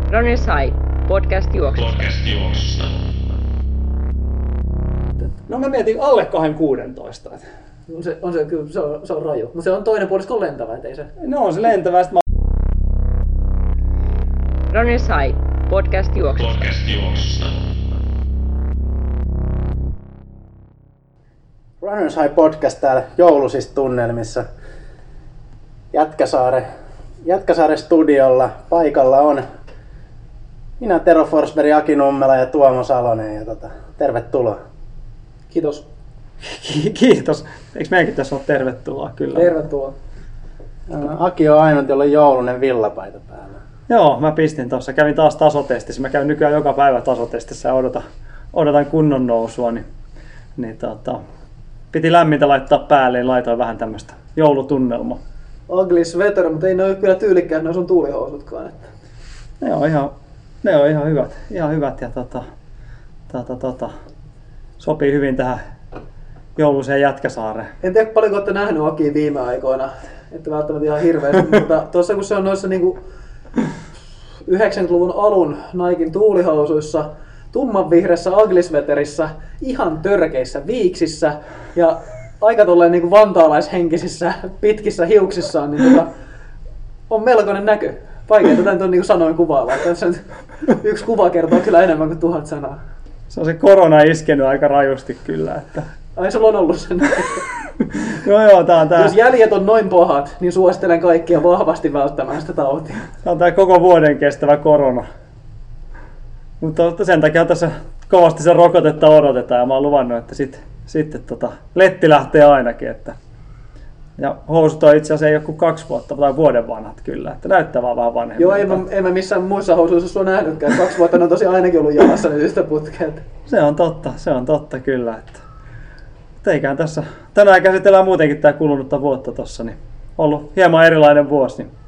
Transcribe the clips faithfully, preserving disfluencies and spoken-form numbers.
Runners High, podcast juoksusta. Podcast juoksusta. No mä mietin alle kahden kuudentoista. On se, on se, kyllä, se, on, se on raju. Mutta se on toinen puolisko on lentävä, ettei se... No on se lentävä. Mä... Runners High, podcast juoksusta. Podcast juoksusta. Runners High podcast täällä joulusissa tunnelmissa. Jätkäsaare, Jätkäsaaren studiolla paikalla on minä Tero Forsberg, Aki Nummela ja Tuomo Salonen. Ja tota, tervetuloa. Kiitos. Kiitos. Eikö meidänkin tässä ole tervetuloa? Kyllä. Tervetuloa. Aki on ainut, jolla on joulunen villapaita päällä. Joo, mä pistin tuossa. Kävin taas tasotestissä. Mä käyn nykyään joka päivä tasotestissä ja odotan, odotan kunnon nousua. Niin, niin tota, piti lämmintä laittaa päälle ja laitoin vähän tämmöistä joulutunnelmaa. Ugly sweater, mutta ei ne ole kyllä tyylikkäät, ne on sun tuulihousutkaan. Että. Ne on ihan, ne on ihan hyvät, ihan hyvät ja tota, tota, tota, sopii hyvin tähän jouluseen Jätkäsaareen. En tiedä paljonko olette nähnyt Akia viime aikoina, että välttämättä ihan hirveästi, mutta tuossa kun se on noissa niinku yhdeksänkymmentäluvun alun Niken tuulihousuissa, tummanvihreässä ugly sweaterissa, ihan törkeissä viiksissä ja aika tolleen niinku vantaalaishenkisissä pitkissä hiuksissaan, niin tota, on melkoinen näky. Vaikea tätä nyt on niinku sanoin kuvailla. Tässä nyt yksi kuva kertoo kyllä enemmän kuin tuhat sanaa. Se on se korona iskenyt aika rajusti kyllä. Että... Ai sulla on ollut sen. No joo, tää on tää. Jos jäljet on noin pahat, niin suosittelen kaikkia vahvasti välttämään sitä tautia. Tää on tää koko vuoden kestävä korona. Mutta sen takia tässä kovasti sen rokotetta odotetaan ja mä oon luvannut, että sit, sitten tota, letti lähtee ainakin. Että... Ja housut on itse asiassa ei ole kuin kaksi vuotta tai vuoden vanhat kyllä, että näyttää vaan vähän vanhemmin. Joo, en mä, en mä missään muissa housuissa sua nähnytkään. Kaksi vuotta ne on tosi ainakin ollut jalassa nyt yhtä putkeet. Se on totta, se on totta kyllä. Että... Teikään tässä. Tänään käsitellään muutenkin tää kulunutta vuotta tossa, niin ollut hieman erilainen vuosi. Niin...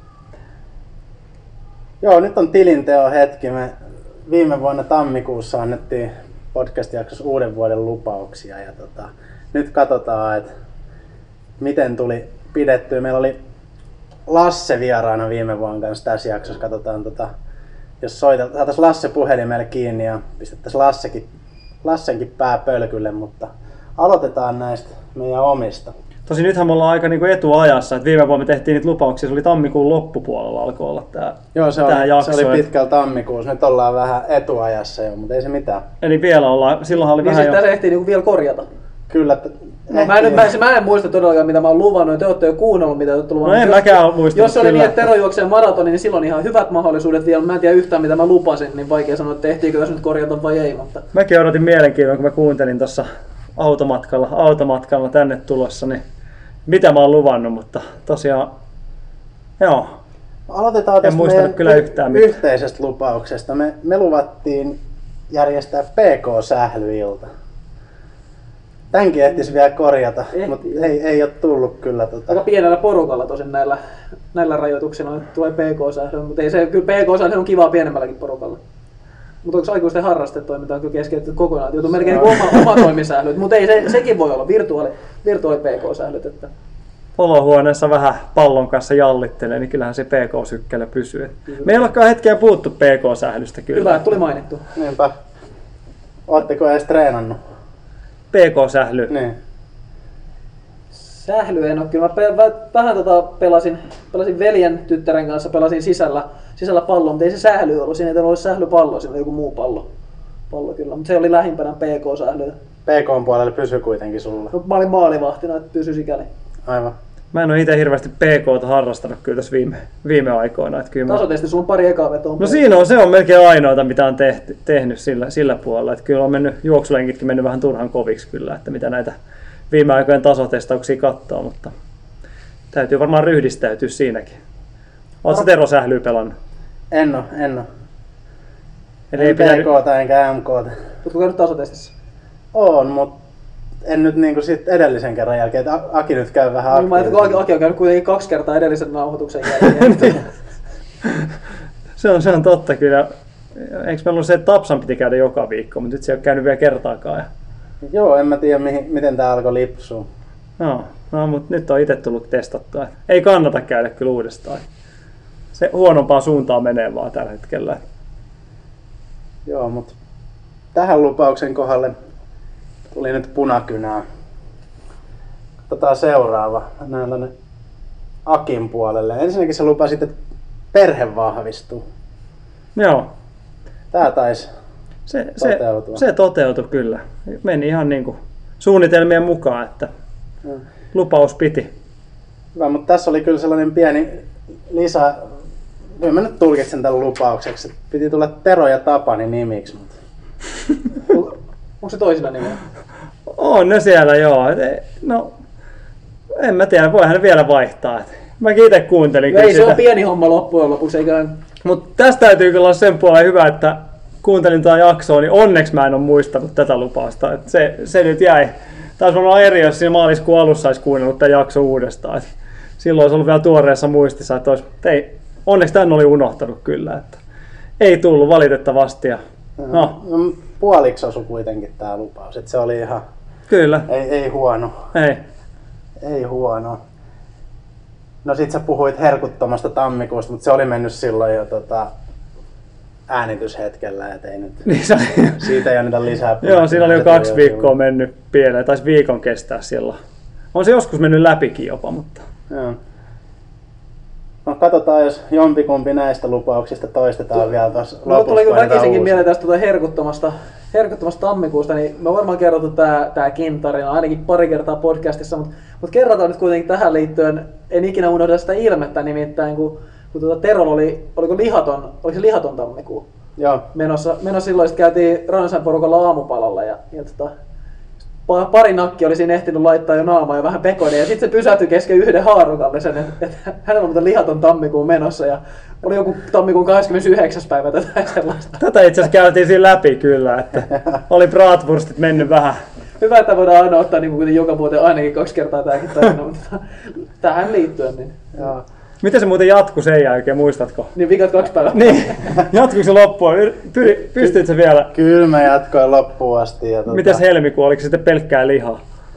Joo, nyt on tilinteon hetki. Me viime vuonna tammikuussa annettiin podcast-jaksossa uuden vuoden lupauksia ja tota, nyt katsotaan, että miten tuli pidettyä. Meillä oli Lasse vieraana viime vuonna kanssa tässä jaksossa. Katsotaan, tota, jos soitat, saataisiin Lasse puhelimelle kiinni ja pistettäisiin Lassekin, Lassenkin pää pölkylle, mutta aloitetaan näistä meidän omista. Tosin nythän me ollaan aika niinku etuajassa, että viime vuonna me tehtiin niitä lupauksia, se oli tammikuun loppupuolella alkoi olla tää, Joo, se tää oli, jakso. se oli pitkällä tammikuussa, nyt ollaan vähän etuajassa jo, mutta ei se mitään. Eli vielä ollaan, silloinhan oli niin vähän siis jo... tässä ehtii niinku vielä korjata. Kyllä. No, mä, en, mä, en, mä en muista todellakaan mitä mä oon luvannut, te ootte jo kuunnellut mitä te ootte luvannut. No en mäkään ole muistanut. Jos se oli kyllä. niin, että Tero juoksee maratoni, niin silloin ihan hyvät mahdollisuudet vielä. Mä en tiedä yhtään mitä mä lupasin, niin vaikea sanoa, että ehtiikö tässä nyt korjata vai ei. Mutta... Mäkin odotin mielenkiinnolla, kun mä kuuntelin tuossa automatkalla, automatkalla tänne tulossa, niin mitä mä oon luvannut, mutta tosiaan, joo. Aloitetaan tästä meidän kyllä yhtään yhteisestä lupauksesta. Me, me luvattiin järjestää P K-sählyilta. Tämänkin ehtisi vielä korjata, Ehti, mutta ei, ei ole tullut kyllä. Tota... Aika pienellä porukalla tosin näillä, näillä rajoituksilla tulee P K-sähly, mutta ei se, kyllä P K-sähly on kivaa pienemmälläkin porukalla. Mutta onko aikuisten harrastetoiminta on kyllä keskeytetty kokonaan? Joutuu melkein oma, oma toimisählyt, mutta ei se, sekin voi olla virtuaali, virtuaali P K-sählyt. Että... Olohuoneessa vähän pallon kanssa jallittelee, niin kyllähän se P K-sykkeellä pysyy. Me ei olekaan hetkeä puhuttu P K-sählystä kyllä. Hyvä, että tuli mainittu. Niinpä. Ootteko edes treenannut? P K-sähly. Niin. Sähly en ole kyllä. Mä pe- vähän tota pelasin, pelasin veljen tyttären kanssa, pelasin sisällä, sisällä palloa, mutta ei se sähly ollut. Siinä ei ollut sählypallo, siinä oli joku muu pallo, pallo kyllä. Mutta se oli lähimpänä P K-sählyä. P K:n puolella pysyy kuitenkin sulla. No, mä olin maalivahtina, että pysyi sikäli. Aivan. Mä en ole itse hirveästi P K:ta harrastanut kyllä tässä viime, viime aikoina. Että kyllä mä... Tasotesti, sulla on pari ekaa vetoa. No siinä on, se on melkein ainoita mitä on tehty, tehnyt sillä, sillä puolella. Että kyllä on mennyt, juoksulenkitkin mennyt vähän turhan koviksi kyllä, että mitä näitä viime aikojen tasotestauksia katsoo, mutta täytyy varmaan ryhdistäytyä siinäkin. Oletko sä Tero sählyä pelannut? En oo, en oo. Eli en ei pitänyt... P K:ta enkä M K:ta. Oletko käynyt tasotestissä? Oon, mutta en nyt niinku sit edellisen kerran jälkeen, että Aki nyt käy vähän Niin, mä ajattelin, kun Aki, Aki on käynyt kuitenkin kaksi kertaa edellisen nauhoituksen jälkeen. se, on, se on totta kyllä. Eikö meillä ollut se, että Tapsan piti käydä joka viikko, mutta nyt se ei ole käynyt vielä kertaakaan. Ja... Joo, en mä tiedä mihin, miten tää alkoi lipsua. No, no mutta nyt on itse tullut testattua. Ei kannata käydä kyllä uudestaan. Se huonompaan suuntaan menee vaan tällä hetkellä. Joo, mutta tähän lupauksen kohdalle tuli nyt punakynää. Katsotaan seuraava. Näin tänne Akin puolelle. Ensinnäkin se lupasi, että perhe vahvistuu. Joo. Tää taisi Se, se, toteutua. se toteutui kyllä. Meni ihan niin kuin suunnitelmien mukaan, että Mm. lupaus piti. Hyvä, mutta tässä oli kyllä sellainen pieni lisä. Kyllä mä nyt tulkitsen tämän lupaukseksi. Että piti tulla Tero ja Tapani nimiksi. Mutta... Onko se toisina nimiä? On ne siellä, joo. Et ei- No, en mä tiedä, voihan ne vielä vaihtaa. Et mäkin itse kuuntelin Ei kyllä se sitä. on pieni homma loppujen lopuksi, eiköhän... Mutta tästä täytyy kyllä olla sen puolen hyvä, että kuuntelin tätä jaksoa, niin onneksi mä en ole muistanut tätä lupausta. Et se, se nyt jäi. Taisi olla eri, jos siinä maaliskuun alussa olisi kuunnellut tämän jakson uudestaan. Et silloin olisi ollut vielä tuoreessa muistissa, että olisi, et ei, onneksi tän oli unohtanut kyllä. Että ei tullut valitettavasti. Ja, no, No, puoliksi osui kuitenkin tää lupaus. Että se oli ihan... kyllä, Ei, ei huono. ei. Ei huono. No sit sä puhuit herkuttomasta tammikuusta, mutta se oli mennyt silloin jo tota, äänityshetkellä, et ei nyt, Niin se oli, siitä ei anneta lisää. joo, siinä oli jo Se kaksi tuli jo viikkoa silloin. mennyt pieleen, taisi viikon kestää silloin. On se joskus mennyt läpikin jopa, mutta Joo. No katsotaan, jos jompikumpi näistä lupauksista toistetaan vielä tuossa Mulla lopussa. tuli kun kyllä väkisinkin uusi. mieleen tästä tuota herkuttomasta, herkuttomasta tammikuusta, niin me on varmaan kerrottu tää, tää Kim-tarina ainakin pari kertaa podcastissa, mutta mut kerrotaan nyt kuitenkin tähän liittyen, en ikinä unohda sitä ilmettä, nimittäin kun, kun tuota Terolla oli, oliko lihaton, oliko se lihaton tammikuu Joo. menossa, menossa silloin, sit käytiin Ransan porukalla aamupalalla ja, ja tota, pa- pari nakki oli siinä ehtinyt laittaa jo naamaa ja vähän pekonia ja sitten se pysähtyi kesken yhden haarukallisen, että et, hänellä on muuten lihaton tammikuun menossa ja oli joku tammikuun kahdeskymmenesyhdeksäs päivä tai sellaista. tätä itse asiassa käytiin siinä läpi kyllä, että oli bratwurstit mennyt vähän. Hyvä, että voidaan aina ottaa niin kuin joka vuoteen ainakin kaksi kertaa tämäkin tarina, mutta tähän liittyen, niin, Joo. Miten se muuten jatkui sen jälkeen, muistatko? niin vikat kaksi päivää. Niin, jatkuiko se loppuun? Pyri, pystyit se vielä? Kyllä mä jatkoin loppuun asti. Ja tota, Mitäs helmikuu, oliko se sitten pelkkää lihaa?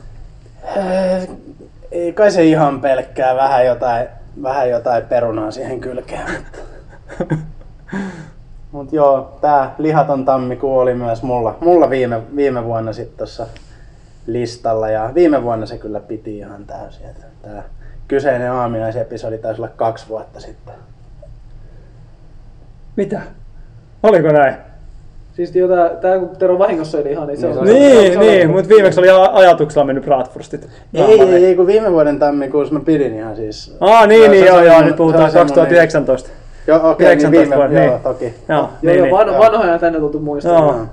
Eh, Ei kai se ihan pelkkää, vähän jotain, vähän jotain perunaa siihen kylkeen. Mut joo, tää lihaton tammikuu oli myös mulla, mulla viime, viime vuonna sit tossa listalla ja viime vuonna se kyllä piti ihan täysin. Että tää kyseinen aaminaisepisodi taisi olla kaksi vuotta sitten. Mitä? Oliko näin? Siis jota, tää kun Tero vahingossa oli ihan, niin se Niin, on... se on- Niin, se on- niin, mutta viimeksi oli a- ajatuksella mennyt bratwurstit. Ei, ei, ei, kun viime vuoden tammikuussa mä pidin ihan siis... Aa, niin, Se- niin, se joo, oli joo, mun- nyt se puhutaan oli semmonen- kaksituhattayhdeksäntoista. Joo, okei, niin yhdeksäntoista viime, vuonna, joo, niin. toki. Joo, Joo, niin, joo, niin. van, joo. vanhoja on tänne tultu muistamaan. Joo.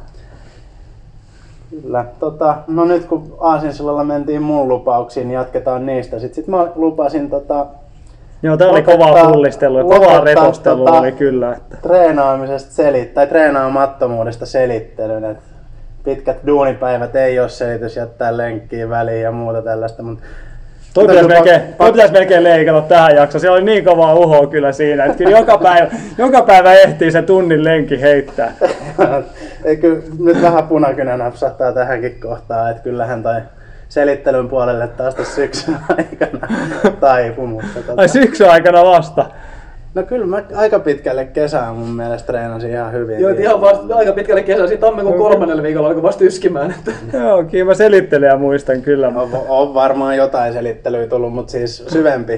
Kyllä. Tota, no nyt kun Aasinsillalla mentiin mun lupauksiin, niin jatketaan niistä. Sitten sit mä lupasin tota, Joo, tää oli lopettaa- kovaa pullistelua ja kovaa lopettaa retostelua tota- oli kyllä. Että. treenaamisesta selit- tai treenaamattomuudesta selittelyn. Et pitkät duunipäivät ei ole selitys jättää lenkkiä väliin ja muuta tällaista. Mutta Toi Täytyy pitäisi, pak- melkein, toi pak- pitäisi melkein leikata tähän jaksoon. Siellä oli niin kovaa uhoa kyllä siinä, että kyllä joka päivä, joka päivä ehtii se tunnin lenki heittää. ei, kyllä, nyt vähän punakynä napsahtaa tähänkin kohtaan, että kyllähän toi selittelyn puolelle taas tässä syksyn aikana taipui. Mutta tota, Ai syksyn aikana vasta. no kyllä mä aika pitkälle kesään mun mielestä treenasin ihan hyvin. Joo, et ihan vasta, aika pitkälle kesä, sitten tammikuun kolmannella viikolla alkoi vasta yskimään. Että. Joo, kyllä mä selittelijä muistan kyllä. On, on varmaan jotain selittelyä tullut, mutta siis syvempi,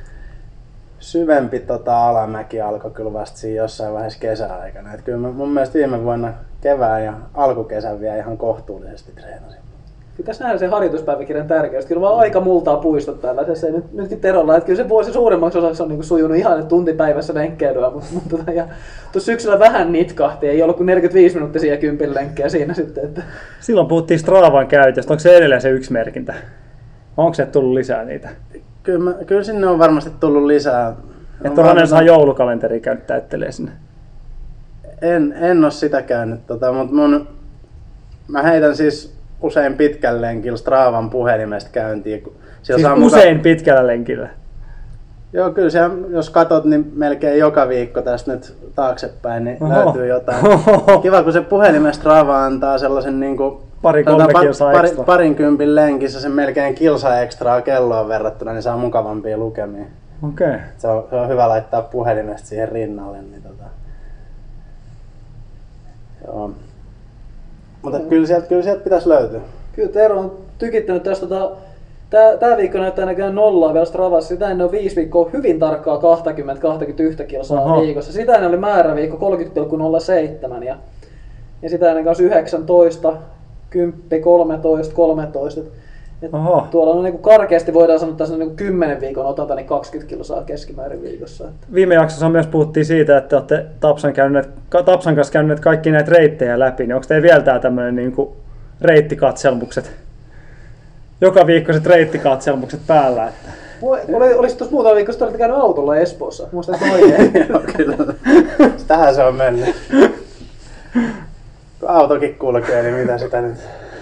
syvempi tota alamäki alkoi kyllä vasta siinä jossain vaiheessa kesäaikana. Et kyllä mä, mun mielestä viime vuonna kevään ja alkukesän vielä ihan kohtuullisesti treenasin. Kyllä tässä nähdään se harjoituspäiväkirjan tärkeys. Kyllä vaan aika multaa puistot täällä. Se nyt, nytkin Terolla, että kyllä se vuosi suurimmaksi osaksi on niin kuin sujunut ihan tuntipäivässä lenkkeilyä, mutta, mutta tota, ja tuossa syksyllä vähän nitkahti, ei ollut kuin neljäkymmentäviisi minuuttisia kympin lenkkejä siinä sitten. Että. Silloin puhuttiin Stravan käytöstä. Onko se edelleen se yksi merkintä? Onko se tullut lisää niitä? Kyllä, mä, kyllä sinne on varmasti tullut lisää. Että Ronen saa joulukalenteri käydä täyttelee sinne. En, en ole sitä käynyt, tota, mutta mun, mä heitän siis usein pitkän lenkillä Stravan puhelimesta käyntiin. kun siellä Siis saa muka- usein pitkällä lenkillä. Joo, kyllä se, jos katot, niin melkein joka viikko tästä nyt taaksepäin, niin Oho. löytyy jotain. Oho. Kiva, kun se puhelimesta Strava antaa sellaisen niin kuin, Pari sanotaan, kolme kilsaa pari, ekstra. parinkympin lenkissä sen melkein kilsa ekstraa kelloon verrattuna, niin saa mukavampia lukemia. Okei. Okay. Se on, se on hyvä laittaa puhelimesta siihen rinnalle. Niin tota. Joo. Mutta kyllä sieltä, kyllä sieltä pitäisi löytyä. Kyllä Tero on tykittänyt tästä tota, tää, tää viikko näyttää näköjään nollaa vielä Stravassa. Sitä ennen on viisi viikkoa hyvin tarkkaa kaksikymmentä kaksikymmentäyksi kilsaa Oho. viikossa. Sitä ennen oli määräviikko kolmekymmentä pilkku nolla seitsemän ja, ja sitä ennen kanssa yhdeksäntoista, kymmenen, kolmetoista, kolmetoista. Et, et tuolla on niinku karkeasti voidaan sanoa, että tässä on niinku kymmenen viikon otanta niin kaksikymmentä kilsaa keskimäärin viikossa. Että. Viime jaksossa myös puhuttiin siitä, että olette Tapsan, käyneet, Tapsan kanssa käyneet kaikki näitä reittejä läpi, niin onko teillä vielä tää tämmönen niinku reittikatselmukset? Joka viikkoiset reittikatselmukset päällä. Että. Oli, olis tuossa muutama viikko, sitten olitte käynyt autolla Espoossa. Muistat oikein? Joo, kyllä. Tähän se on mennyt. Kun autokin kulkee, niin mitä sitä nyt?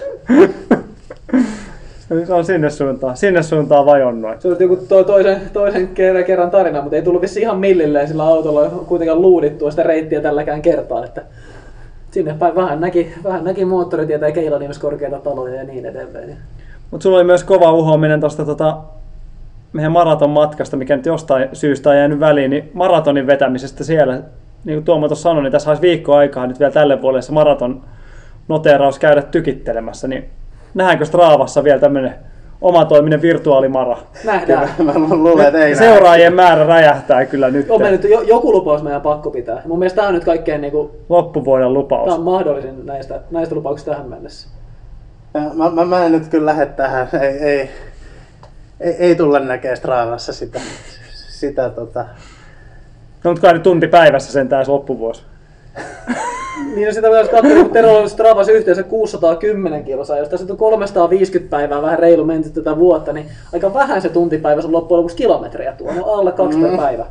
Se on sinne suuntaan, sinne suuntaan vajonnut. Se oli joku to, toisen, toisen kerran tarina, mutta ei tullut vissi ihan millilleen sillä autolla kuitenkaan luudittua sitä reittiä tälläkään kertaa. Että sinne päin vähän näki, vähän näki moottoritietä ja Keilaniemessä korkeita taloja ja niin edelleen. Mutta sulla oli myös kova uhoaminen tuosta tota, meidän maraton matkasta, mikä nyt jostain syystä on jäänyt väliin, niin maratonin vetämisestä siellä. Niin kuin Tuomo tuossa sanoi, niin tässä olisi viikko aikaa nyt vielä tälle vuodelle se maraton noteeraus käydä tykittelemässä. Niin nähdäänkö Stravassa vielä tämmöinen omatoiminen virtuaalimara? Nähdään. Mä luulen, että ei Seuraajien määrä räjähtää kyllä nyt. On mennyt jo, joku lupaus meidän pakko pitää. Mun mielestä tämä on nyt kaikkein niinku, loppuvuoden lupaus. Tämä on mahdollisin näistä, näistä lupauksista tähän mennessä. Mä, mä, mä en nyt kyllä lähde tähän. Ei, ei, ei, ei tulla näkemään Stravassa sitä. sitä tota. No mutta kai nyt tunti päivässä sen taas loppuvuosi. Niin no sitä voisi katsoa, kun Terolla on Stravassa yhteensä kuusisataakymmenen kilsaa. Jos tässä on kolmesataaviisikymmentä päivää vähän reilu menty tätä vuotta, niin aika vähän se tuntipäivässä on loppujen lopuksi kilometriä tuo. No alle kaksi mm. per päivä.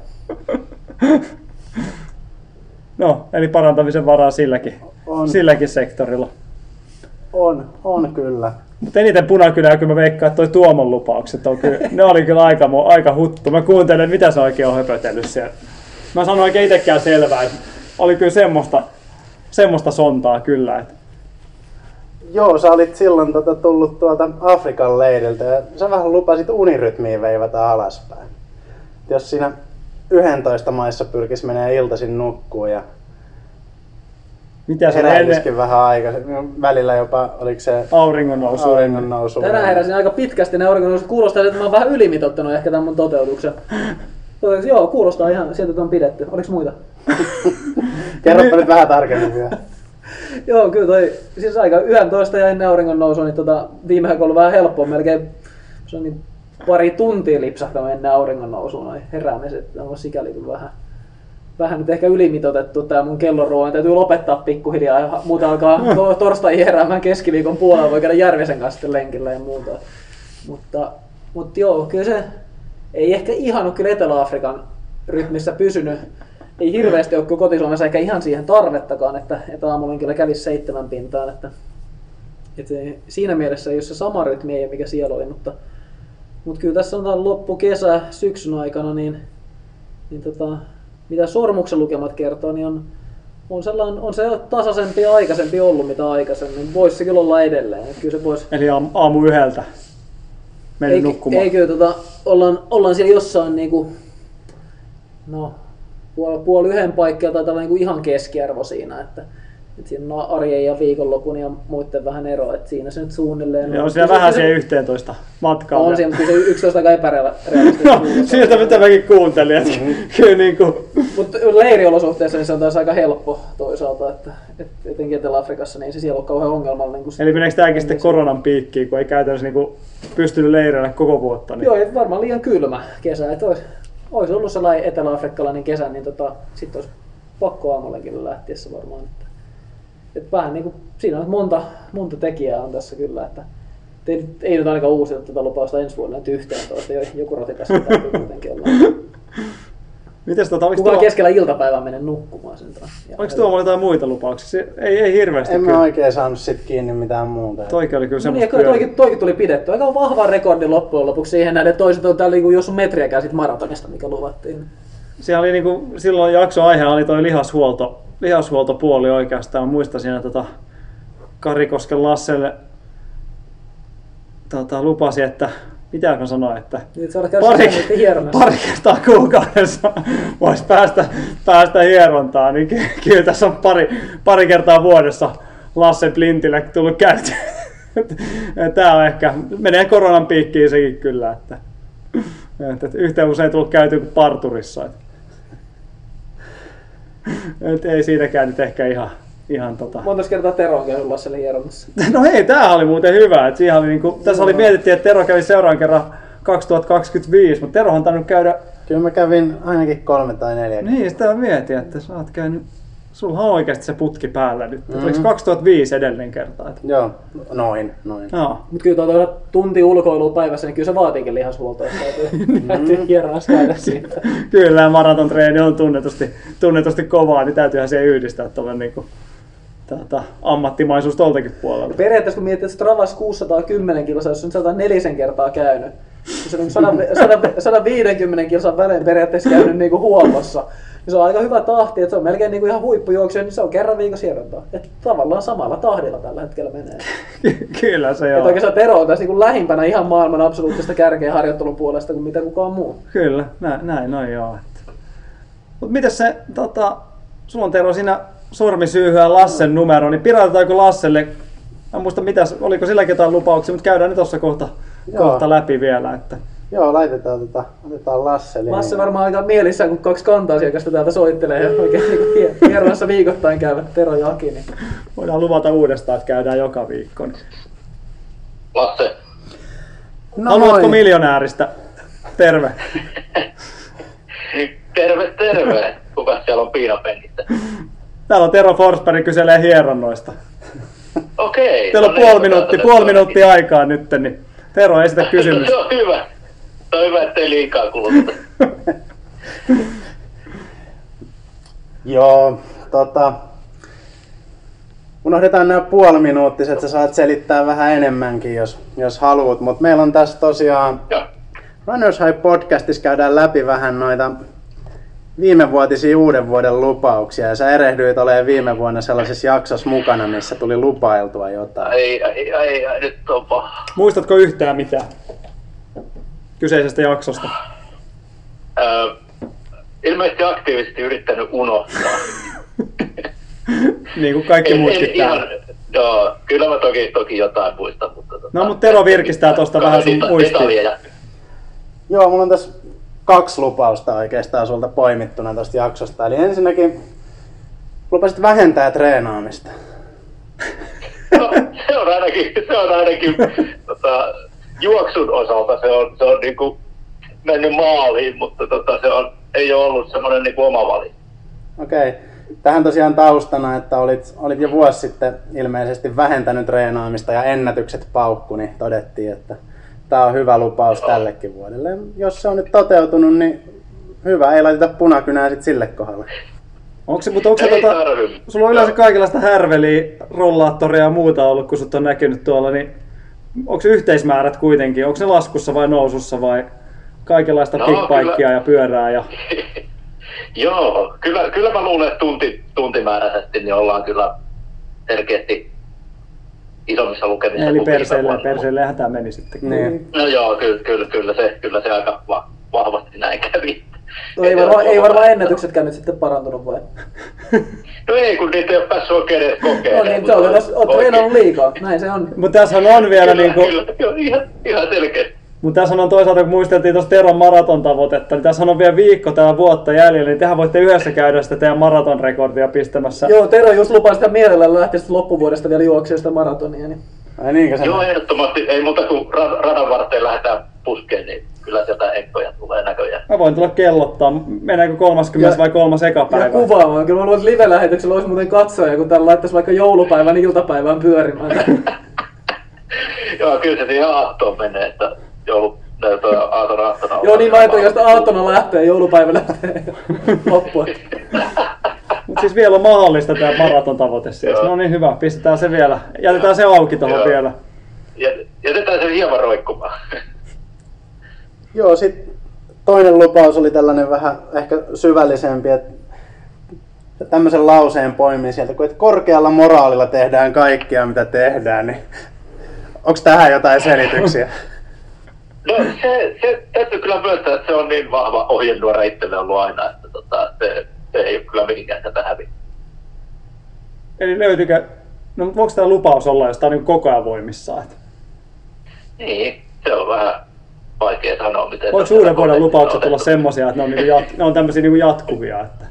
No, eli parantamisen varaa silläkin, silläkin sektorilla. On, on kyllä. Mutta eniten punakynää, kun mä veikkaan, että toi Tuomon lupaukset on kyllä, ne oli kyllä aika, aika huttu. Mä kuuntelen, mitä se oikein on höpötellyt siellä. Mä sanoin oikein itsekään selvää, että oli kyllä semmoista, semmoista sontaa kyllä. Että. Joo, sä olit silloin tota, tullut tuolta Afrikan leiriltä ja sä vähän lupasit unirytmiin veivata alaspäin. Jos siinä yksitoista maissa pyrkis menee iltaisin nukkuun ja heräilisikin ennen... vähän aikaisemmin. Välillä jopa, oliko se auringon nousu? Auringon nousu. Tänään heräsin aika pitkästi ne auringon nousu. Kuulostaa, että mä oon vähän ylimitottanut ehkä tämän mun toteutuksen. Joo, kuulostaa ihan sieltä, että on pidetty. Oliko muita? Kerropa nyt vähän tarkemmin vielä. Joo, kyllä toi, siis aika yksitoista ja ennen auringon nousua, niin tota, viime aikoina ollut vähän helppoa, melkein se on niin pari tuntia lipsahtanut ennen auringon nousua noin heräämiset. On sikäli kyllä vähän, vähän nyt ehkä ylimitoitettu tää mun kellonruoan. Täytyy lopettaa pikkuhiljaa ja muuta alkaa to- torstaihin heräämään keskiviikon puolella, voi käydä Järvisen kanssa sitten lenkillä ja muuta. Mutta, mutta joo, kyllä se ei ehkä ihan ole kyllä Etelä-Afrikan rytmissä pysynyt. Ei hirveästi ole koti-Suomessa eikä ihan siihen tarvettakaan, että, että aamulla kyllä kävisi seitsemän pintaan. Että, että siinä mielessä ei ole se sama rytmi, ei mikä siellä oli, mutta, mutta kyllä tässä on loppu kesä, syksyn aikana, niin, niin tota, mitä sormuksen lukemat kertoo, niin on, on, sellainen, on se tasaisempi ja aikaisempi ollut mitä aikaisemmin. Voisi se kyllä olla edelleen. Että kyllä se vois... Eli aamu yhdeltä mennyt ei, nukkumaan. Ei kyllä, tota, ollaan, ollaan siellä jossain niinku, no, puoli, puoli yhden paikkeilla taitaa olla niinku ihan keskiarvo siinä, että, että siinä on arjen ja viikonlopun ja muiden vähän ero, että siinä se nyt suunnilleen... Ja on siellä vähän siihen yhteentoista matkaa. On siellä, mutta kyllä se yksitoista aika epärealistista. No, siitä mitä mäkin kuuntelin, että mm-hmm. kyllä niinku... Mutta leiriolosuhteessa niin se on taas aika helppo toisaalta, että, että etenkin Etelä-Afrikassa niin se siellä on kauhean ongelmallinen. Eli meneekö tämäkin sitten koronan piikkiin, kun ei käytännössä niinku pystynyt leireillä koko vuotta? Niin... Joo, varmaan liian kylmä kesä, että olisi, olisi ollut sellainen etelä-afrikkalainen kesä, niin tota, sitten olisi pakko aamullakin lähtiessä varmaan. Että, että vähän niin kuin, siinä on monta, monta tekijää on tässä kyllä, että ei, ei nyt ainakaan uusita tätä lupausta ensi vuonna nyt yhteentoista, joku rotikassa täytyy kuitenkin olla. Mites tota, kuka tuo... keskellä iltapäivää mene nukkumaan sen taas? Oliko tuolla jotain muita lupauksia? Ei, ei hirveästi. En kyllä. mä oikein saanut sit kiinni mitään muuta. Toikin oli kyllä semmoista no niin, toikin, toikin tuli pidetty. Aika vahva rekordi loppujen lopuksi siihen nähden, että toiset on täällä jos on metriäkään sit maratonista, mikä luvattiin. Siellä oli niinku, silloin jaksoaiheena oli toi lihashuolto, lihashuoltopuoli oikeastaan. Mä muistan siinä tota, Karikosken Lasselle tota, lupasi, että mitä mä sanoin, että Niin, että pari, hieronnassa. pari kertaa kuukaudessa voisi päästä, päästä hierontaan, niin ky- kyllä tässä on pari, pari kertaa vuodessa Lasse Plintille tullut käytyä. Tämä on ehkä, menee koronan piikkiin sekin kyllä, että, että yhtä usein tullut käytyä kuin parturissa. Että, että ei siinäkään nyt ehkä ihan, ihan tota... Monta kertaa Tero on käynyt Lasselle hieronnassa. No hei, tämähän oli muuten hyvä. Että siihen oli niinku, tässä oli mietittiin, että Tero kävi seuraavan kerran kaksituhattakaksikymmentäviisi, mutta Terohan on tainnut käydä... Kyllä mä kävin ainakin kolme tai neljä. Niin, sitä mietin, että sä oot käynyt... Sulla on oikeasti se putki päällä nyt. Mm-hmm. Oliko kaksituhattaviisi edellinen kerta? Että... Joo, noin, noin. Joo. Mut kyllä tuota tunti ulkoilua päivässä, niin kyllä se vaatiikin lihashuoltoa, että täytyy, täytyy hieronnassa käydä siitä. Kyllä, maratontreeni on tunnetusti, tunnetusti kovaa, niin täytyyhän siihen yhdistää tuolla niinku, tuota, ammattimaisuus tuoltakin puolelta. Periaatteessa kun miettii, että Stravas kuusisataakymmenen kilsaa, jos on sata neljä kertaa käynyt, niin se on sata, sata, sata viisikymmentä kilsan välein periaatteessa käynyt niinku huollossa. Niin se on aika hyvä tahti, että se on melkein niinku ihan huippujuoksuja, niin se on kerran viikossa hierontaa. Että tavallaan samalla tahdilla tällä hetkellä menee. Kyllä se Että on. oikeastaan Tero on tässä niinku lähimpänä ihan maailman absoluuttista kärkeä harjoittelun puolesta kuin mitä kukaan muu. Kyllä, näin, näin no joo. Mutta mites se, tota, sulla on Tero siinä sormisyyhyä Lassen numero, niin piratetaanko Lasselle, en muista mitäs, oliko silläkin jotain lupauksia, mutta käydään nyt tuossa kohta, kohta läpi vielä. Että. Joo, laitetaan, tota, otetaan Lasse. Lasse varmaan aika mielissään, kun kaksi kanta-asiakasta täältä soittelee ja oikein niin hieronnassa viikoittain käyvät Tero ja Aki. Niin. Voidaan luvata uudestaan, että käydään joka viikko. Niin. Lasse. No Haluatko noin. miljonääristä? Terve. Terve, terve. Kuka siellä on piinapennissä? Täällä on Tero Forsberg kyselee hieronnoista. Okei. Teillä on no puoli niin, minuuttia, otetaan puoli se minuuttia aikaa nyt, niin Tero esitä kysymys. Se on hyvä. Se on hyvä, ettei liikaa kuluta. Joo, tota... Unohdetaan nämä puoliminuuttiset, sä saat selittää vähän enemmänkin, jos, jos haluat. Mutta meillä on tässä tosiaan Joo. Runners High podcastissa käydään läpi vähän noita viimevuotisia uuden vuoden lupauksia. Ja sä erehdyit olemaan viime vuonna sellaisessa jaksossa mukana, missä tuli lupailtua jotain. Ei, ei, ei, ei, nyt on paha. Muistatko yhtään mitään kyseisestä jaksosta? Öö, ilmeisesti aktiivisesti yrittänyt unohtaa. Niin kuin kaikki En- muutkin en ihan- täällä. Joo, kyllä mä toki, toki jotain muistan, mutta... Tota, No, mutta Tero virkistää tosta vähän sun deta- muistia. detaljeja. Joo, mulla on tässä kaksi lupausta oikeastaan sulta poimittuna tosta jaksosta. Eli ensinnäkin lupasit vähentää treenaamista. No, se on ainakin, se on ainakin tota, juoksun osalta se on, se on niinku mennyt maaliin, mutta tota, se on, ei ole ollut semmoinen niinku oma valinta. Okei. Tähän tosiaan taustana, että olit, olit jo vuosi sitten ilmeisesti vähentänyt treenaamista ja ennätykset paukku, niin todettiin, että tämä on hyvä lupaus tällekin vuodelle. Jos se on nyt toteutunut, niin hyvä, ei laiteta punakynää sitten sille kohdalle. Onko se, mutta onko se Ei tota, tarvi. sulla on yleensä Joo. kaikenlaista härveliä, rollaattoria ja muuta ollut, kun sut on näkynyt tuolla, niin onko se yhteismäärät kuitenkin, onko se laskussa vai nousussa vai kaikenlaista No, pickbikea kyllä. ja pyörää ja... Joo, kyllä, kyllä mä luulen, että tunti, tuntimääräisesti niin ollaan kyllä selkeästi isommissa lukemissa. Eli kuin viime perseelle, vuonna. perseellehän tämä meni sitten. Niin. No joo, kyllä, kyllä, kyllä, se, kyllä se aika va- vahvasti näin kävi. No ei varmaan, ei varmaan ennätyksetkään nyt sitten parantunut vai? No ei, kun niitä ei ole päässyt oikein edes No kokeilemaan. niin, se on kyllä, oot treenannut liikaa, näin se on. Mutta tässä on vielä Kyllä, niinku... kyllä, kyllä, ihan, ihan selkeästi. Mutta tässä on toisaalta, kun muisteltiin tuosta Teron maratontavoitetta, niin tässä on vielä viikko täällä vuotta jäljellä, niin tehän voitte yhdessä käydä sitä teidän maratonrekordia pistämässä. Joo, Tero just lupasi sitä mielellään lähteä sitten loppuvuodesta vielä juoksemaan sitä maratonia. Niin. Ai niinkö se? Joo, ehdottomasti. Ei muuta kuin ra- radan varteen lähdetään puskeen, niin kyllä sieltä ekkoja tulee näköjään. Mä voin tulla kellottaa, meneekö kolmaskymmenes Ja- vai kolmas eka Ja päivä? kuvaamaan. Kyllä mä luulen, että live-lähetyksellä olisi muuten katsoja, kun täällä laittaisi vaikka joulupäivän iltapäivään pyörimään. Joo, kyllä se siihen aattoon menee, että joulu, toi aaton aattona. Joo, niin mä ajattelin, että aattona lähtee, joulupäivä lähtee loppua. Mutta siis vielä on mahdollista tämä maratontavoite siis. Joo. No niin hyvä, pistetään se vielä. Jätetään se auki tuohon Joo. vielä. Jät- Jätetään se hieman roikkumaan. Joo, sit toinen lupaus oli tällainen vähän ehkä syvällisempi, että tämmöisen lauseen poimin sieltä, kun että korkealla moraalilla tehdään kaikkea mitä tehdään, niin onko tähän jotain selityksiä? No se, se täytyy kyllä myöntää, että se on niin vahva ohjenuora itselle ollut aina, että tota, se, se ei ole kyllä mihinkään tätä häviä. Eli löytyykö, no voiko tämä lupaus olla, jos tämä on niin koko ajan voimissaan? Että... Niin, se on vähän vaikea sanoa, miten... Voiko uuden vuoden lupaukset olla semmoisia, että ne on, niin jat, ne on tämmöisiä niin jatkuvia? Että...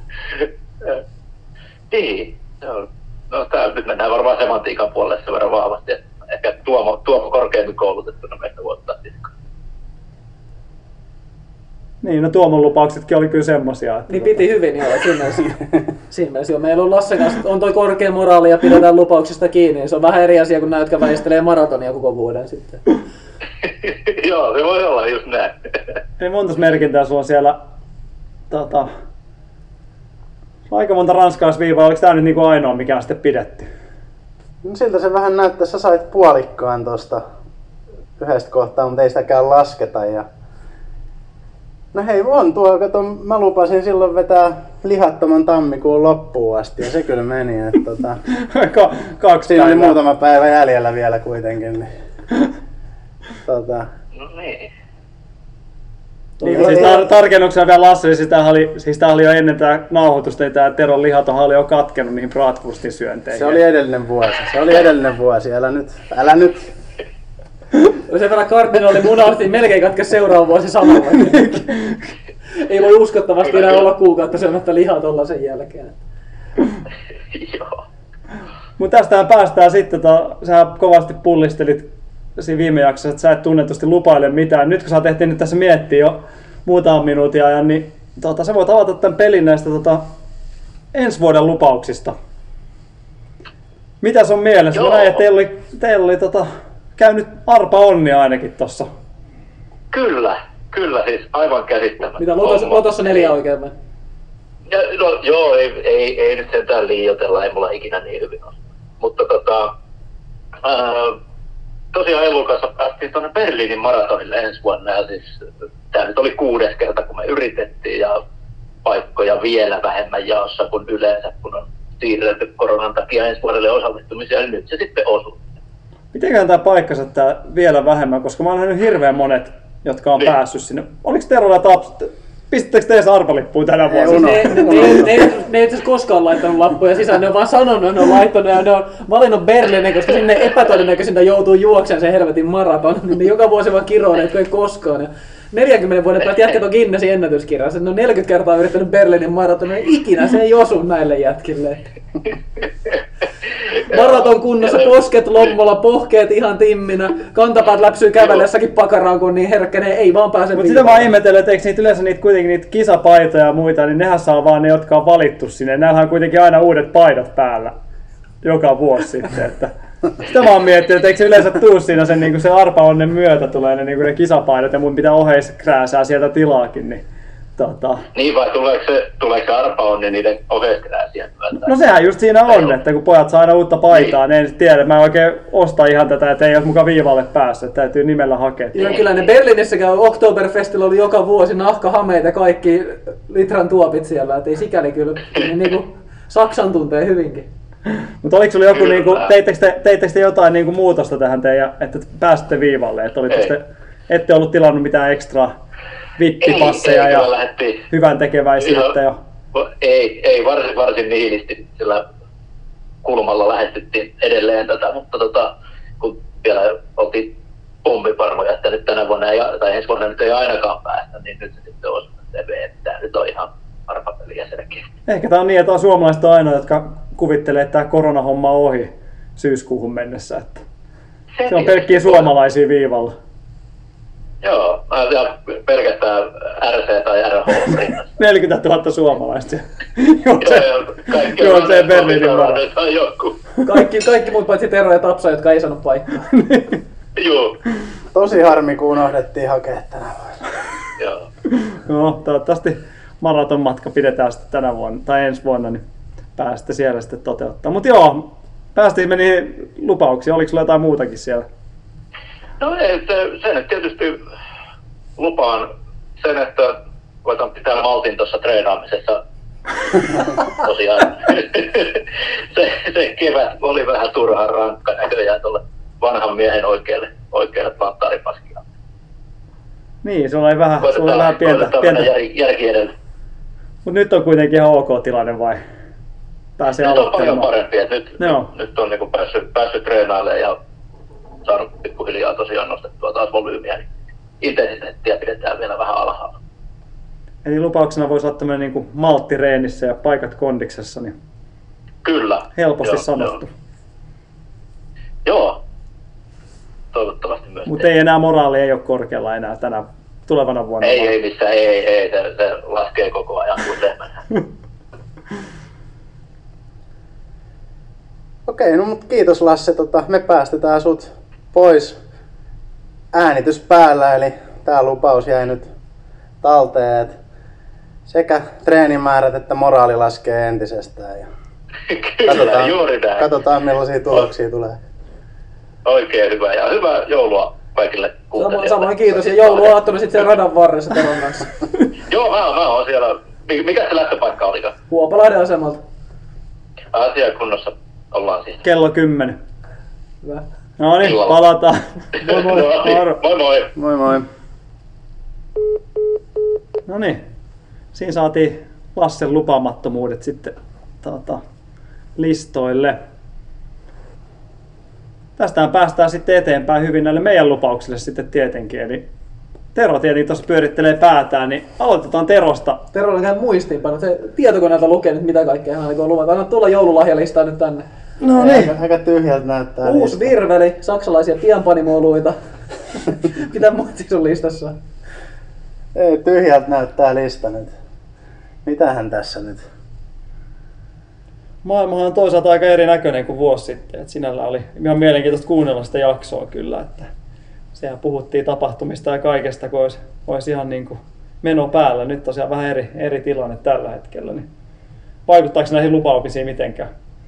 niin, se on. No tää, nyt mennään varmaan semantiikan puolelle sen verran vahvasti, että ehkä Tuomo, Tuomo korkeammin koulutettuna meistä vuotta sitten. Niin, no Tuomon lupauksetkin oli kyllä semmosia. Että niin piti hyvin, joo. Siinä mielessä, siinä mielessä joo. Meillä on Lassen kanssa, on toi korkea moraali ja pidetään lupauksista kiinni. Se on vähän eri asia kuin nämä, jotka väistelee maratonia koko vuoden sitten. Joo, se voi olla just näin. Eli montas merkintää sulla on siellä, tota, aika monta ranskalaisviivaa, oliko tää nyt niinku ainoa, mikä on sitten pidetty? No siltä se vähän näyttää, sä sait puolikkaan tosta yhdestä kohtaa, mutta ei sitäkään lasketa. Ja... No hei, on tuo, kato, mä lupasin silloin vetää lihattoman tammikuun loppuun asti ja se kyllä meni. Että, tota... Ka- kaksi Siinä oli päivää. muutama päivä jäljellä vielä kuitenkin. Niin... tota... No niin. Niin, siis tar- tarkennuksena vielä Lasse, siis tämähän oli, siis tämähän oli jo ennen tämä nauhoitusta, niin tämä Teron lihatonhan oli jo katkenut niihin bratwurstin syönteihin. Se oli edellinen vuosi, se oli edellinen vuosi, älä nyt, älä nyt. Sen verran kardinaali munasti melkein katkesi seuraava vuosi samalla. Ei voi uskottavasti enää olla kuukautta syömättä lihaa tuolla sen jälkeen. Joo. Mutta tästähän päästään sitten, to, sä kovasti pullistelit siinä viime jaksossa, että sä et tunnetusti lupaile mitään. Nyt kun sä tehtiin nyt tässä miettiä jo muutaman minuutin ajan, niin tota, sä voit avata tämän pelin näistä tota, ensi vuoden lupauksista. Mitäs on mielessä? Mä näin, että teillä oli, teillä oli tota, käynyt arpa onni ainakin tossa. Kyllä, kyllä siis aivan käsittämättä. Mitä, lotossa, lotossa neljä oikein vai? Ja, no, joo, ei, ei, ei nyt sentään liioitella, ei mulla ikinä niin hyvin ole. Mutta tota, ää, tosiaan Elun kanssa päästiin tuonne Berliinin maratonille ensi vuonna. Ja siis, tämä nyt oli kuudes kerta, kun me yritettiin ja paikkoja vielä vähemmän jaossa kuin yleensä, kun on siirretty koronan takia ensi vuodelle osallistumisia, niin nyt se sitten osui. Mitenköhän tämä paikkansa tää vielä vähemmän, koska mä oon nähnyt hirveän monet, jotka on niin päässyt sinne. Oliko Terolla taps? Pistettekö te edes arpalippuun tänä vuonna? Ne, ne, ne, ne, ne, ne ei itse koskaan laittanut lappuja sisään, ne on vaan sanonut, että ne on laittanut ja ne on valinnut Berliinin, koska sinne epätodennäköisintä joutuu juoksemaan sen helvetin maraton. Ne joka vuosi vaan kiroon, että ei koskaan. Ja neljänkymmenen vuoden päästä jätkät on Guinnessin ennätyskirjassa, ne on neljäkymmentä kertaa yrittänyt Berliinin maratonia, ikinä se ei osu näille jätkille. Maraton kunnossa, posket lommolla, pohkeet ihan timminä, kantapäät läpsyy kävellessäkin pakaraan, kun on niin herkkä, ne ei vaan pääse. Mutta sitä mä ihmetellen, että eikö niitä yleensä niitä, kuitenkin niitä kisapaitoja ja muita, niin nehän saa vaan ne, jotka on valittu sinne. Näillähän on kuitenkin aina uudet paidat päällä joka vuosi sitten. Että sitä mä oon miettinyt, että eikö se yleensä tuu siinä sen, niin se arpaonnen myötä tulee ne, niin ne kisapaidat ja mun pitää oheiskrääsää sieltä tilaakin. Niin, tota. Niin vai tuleeko se, tuleeko se arpaonni niiden oheiskrääsien myötä? No sehän just siinä on, että kun pojat saa aina uutta paitaa, niin. Ne en tiedä. Mä en oikein osta ihan tätä, että ei ole mukaan viivalle päässyt. Täytyy nimellä hakea. Joo, kyllä ne Berliinissä käy Oktoberfestillä oli joka vuosi nahkahameita kaikki litran tuopit siellä. Et ei sikäli kyllä, niin niinku Saksan tuntee hyvinkin. Mutta oliko sulla joku, niinku, teittekö te, teittekö te jotain niinku muutosta tähän teidän, että pääsitte viivalle? Että te, ette ollut tilannut mitään ekstraa vippipasseja ja hyvän tekeväisyyttä? Ja... Ei, ei varsin, varsin niilisti sillä kulmalla lähestyttiin edelleen tätä, mutta tota, kun vielä oltiin pommiparmoja, että nyt tänä vuonna ei, tai ensi vuonna nyt ei ainakaan päästä, niin nyt se sitten on että tämä nyt on ihan arpapeliä selkeä. Ehkä tämä on niin, että on suomalaiset ainoa, jotka kuvittelee, että tämä koronahomma on ohi syyskuuhun mennessä. Että se, se on pelkkiä suomalaisia viivalla. Joo, ja pelkästään R C tai R H rinnassa. neljäkymmentätuhatta suomalaista. Joo, se Berliinin mara. Kaikki, kaikki muut paitsi Tero ja Tapsa, jotka ei saanut paikkaa. Joo. Tosi harmi, kun unohdettiin hakea tänä vuonna. Joo. No, toivottavasti maratonmatka pidetään sitten tänä vuonna tai ensi vuonna, niin pääsette siellä sitten toteuttaa. Mutta joo, päästiin me niihin lupauksiin. Oliko sulla jotain muutakin siellä? No ei, se, se nyt tietysti lupaan sen, että koitan pitää maltin tuossa treenaamisessa. Tosiaan se, se kevät oli vähän turhaan rankka näköjään tuolle vanhan miehen oikealle, oikealle planttaaripaskille. Niin, se oli vähän, se oli vähän pientä. pientä. Jär, järki edellä. Mutta nyt on kuitenkin ihan ok tilanne vai? Pääsee nyt aloittelemaan. on paljon parempi, että nyt, nyt, nyt on niinku päässyt, päässyt treenailemaan ja saanut pikkuhiljaa tosiaan nostettua taas volyymiä, niin intensiteettiä pidetään vielä vähän alhaalla. Eli lupauksena voisi olla tämmöinen niin malttireenissä ja paikat kondiksessa, niin kyllä. Helposti joo, sanottu. Joo. joo. Toivottavasti myös. Mutta ei enää moraali ei ole korkealla enää tänä tulevana vuonna. Ei, ei missään, ei, ei, ei se, se laskee koko ajan kuin lehmänä. Okei, no mut kiitos Lasse, tota, me päästetään sut pois äänitys päällä, eli tää lupaus jäi nyt talteen, et sekä treenimäärät että moraali laskee entisestään. Ja Kyllä, katsotaan, juuri näin. Katsotaan millaisia tuloksia tulee. Oikein hyvä ja hyvää joulua kaikille kuuntelijoille. Samoin kiitos ja jouluaattona sitten siellä radan varressa Teron kanssa. Joo, mä, mä oon siellä. Mikä se lähtöpaikka olikaan? Huopalahden asemalta. Asiakunnossa ollaan siis. Kello kymmenen. Hyvä. No niin, Illalla. palataan. Moi moi. No, niin. moi moi. Moi moi. No niin, siinä saatiin Lassen lupaamattomuudet sitten tota, listoille. Tästähän päästään sitten eteenpäin hyvin näille meidän lupauksille sitten tietenkin. Eli Tero tietenkin tuossa pyörittelee päätään, niin aloitetaan Terosta. Terolla on käy muistiinpano. Se tietokoneelta lukee nyt mitä kaikkea hän aikoo luvata. Anna tulla joululahjalistaa nyt tänne. No niin. Aika, aika tyhjältä näyttää. Uusi lista. virveli, saksalaisia pienpanimoluita. Mitä muut siis on listassa? Ei, tyhjältä näyttää lista nyt. Mitähän tässä nyt? Maailmahan on toisaalta aika erinäköinen kuin vuosi sitten. Et sinällä oli ihan mielenkiintoista kuunnella sitä jaksoa kyllä. Että siellä puhuttiin tapahtumista ja kaikesta, kun olisi, olisi ihan niin kuin meno päällä. Nyt tosiaan vähän eri, eri tilanne tällä hetkellä. Niin vaikuttaako näihin lupauksiin mitenkään?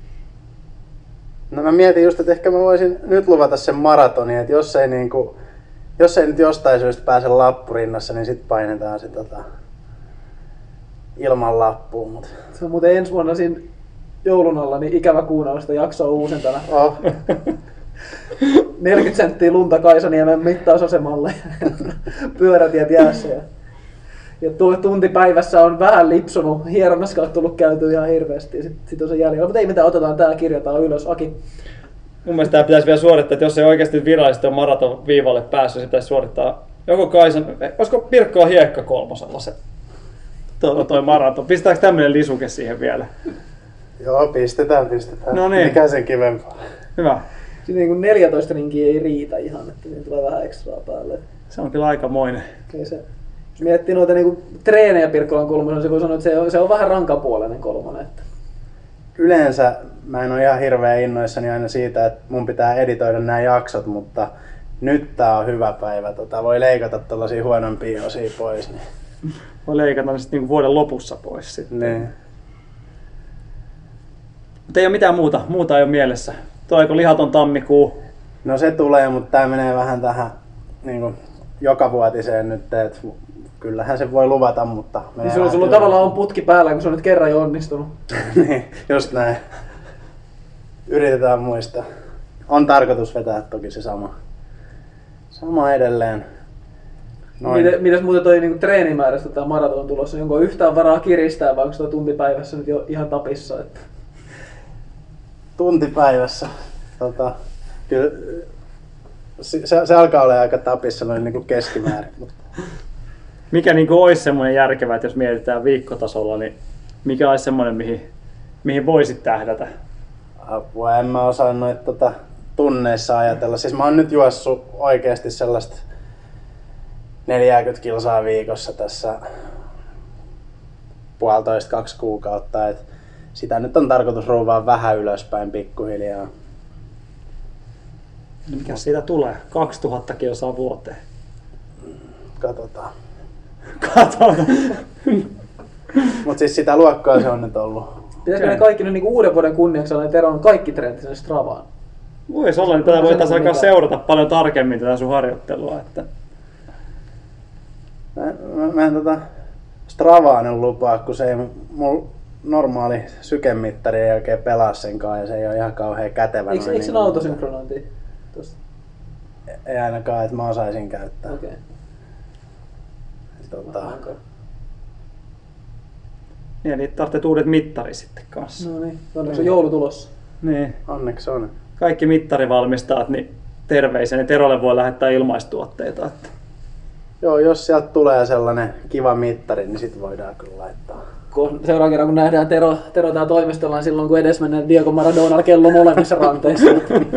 No mä mietin just, että ehkä mä voisin nyt luvata sen maratonin, että jos ei, niin kuin, jos ei nyt jostain syystä pääse lappurinnassa, niin sit painetaan se tota, ilman lappuun. Mut. Se on muuten ensi vuonna siinä joulun alla, niin ikävä kuunnella sitä jaksoa uusintana. Oh. neljäkymmentä senttiä lunta Kaisaniemen mittausasemalle. Pyörätiet jäässä. Ja, ja tuo tunti päivässä on vähän lipsunut. Hieronnassa on tullut käytyä ihan hirveästi. Sitten sit on se jäljellä. Mutta ei mitään, otetaan tää, kirjataan ylös. Aki. Mun mielestä tämä pitäisi vielä suorittaa, että jos ei oikeasti virallisesti ole maraton viivalle päässyt, se pitäisi suorittaa joko Kaisan, olisiko Pirkkola Hiekka kolmosella se toi, toi maraton. Pistääkö tämmöinen lisuke siihen vielä? Joo, pistetään, pistetään. No niin. Mikä sen kivempaa? Hyvä. Sitten niin kuin neljätoista rinkiä ei riitä ihan, että niin tulee vähän ekstraa päälle. Se on kyllä aikamoinen. Ei se, jos miettii noita niin kuin treenejä Pirkkolan kolmonen, se voi sanoa, että se on, se on vähän rankapuolinen kolmonen. Että. Yleensä mä en ole ihan hirveän innoissani aina siitä, että mun pitää editoida nämä jaksot, mutta nyt tää on hyvä päivä. Tota, voi leikata tällaisia huonompia osia pois. Niin. Voi leikata ne sitten niin vuoden lopussa pois sitten. Niin. Mutta ei ole mitään muuta, muuta ei ole mielessä. Tuleeko lihaton tammikuu? No se tulee, mutta tää menee vähän tähän niin kuin jokavuotiseen nyt, että kyllähän se voi luvata, mutta... Niin sulla, sulla tavallaan on putki päällä, kun se on nyt kerran jo onnistunut. Niin, just näin. Yritetään muistaa. On tarkoitus vetää toki se sama. Sama edelleen. Noin. Miten, mitäs muuten toi niinku treenimäärästä tämä maraton tulossa? Onko yhtään varaa kiristää vai onko tuo tuntipäivässä nyt jo ihan tapissa? Että... Tuntipäivässä. Tota, kyllä, se, se alkaa olla aika tapissa noin niin keskimäärin. Mutta... Mikä niin kuin olisi semmoinen järkevä, että jos mietitään viikkotasolla, niin mikä olisi semmoinen, mihin, mihin voisit tähdätä? Apua, en mä osaa noita tota, tunneissa ajatella. Siis mä oon nyt juossut oikeasti sellaista neljäkymmentä kilsaa viikossa tässä puolitoista kaksi kuukautta. Et sitä nyt on tarkoitus ruuvaa vähän ylöspäin pikkuhiljaa. Mikä siitä tulee? kaksituhatta kilsaa vuoteen. Katsotaan. Katsotaan. Mut siis sitä luokkaa se on nyt ollut. Pitäisikö ne kaikki nyt niinku uuden vuoden kunniaksi olla Teron kaikki trendit sinne Stravaan? Voisi olla, niin tätä voitaisiin alkaa seurata paljon tarkemmin tätä sun harjoittelua. Että... Mä, mä, mä en tota Stravaan lupaa, kun se ei mulla normaali sykemittari ei oikein pelaa senkaan ja se ei ole ihan kauhean kätevä. Eikö, eikö sen autosynkronointi? Ei ainakaan, että mä osaisin käyttää. Okay. Tota, Niin, eli tarvitset uudet mittari sitten kanssa. no niin, onneksi on joulu tulossa. Niin. onneksi on. Kaikki mittarivalmistajat, niin terveisiä, niin Terolle voi lähettää ilmaistuotteita. Että. Joo, jos sieltä tulee sellainen kiva mittari, niin sit voidaan kyllä laittaa. Kun seuraavan kerran kun nähdään Tero, Tero täällä toimistolla, niin silloin kun edesmennään Diego Maradonalla kello molemmissa ranteissa.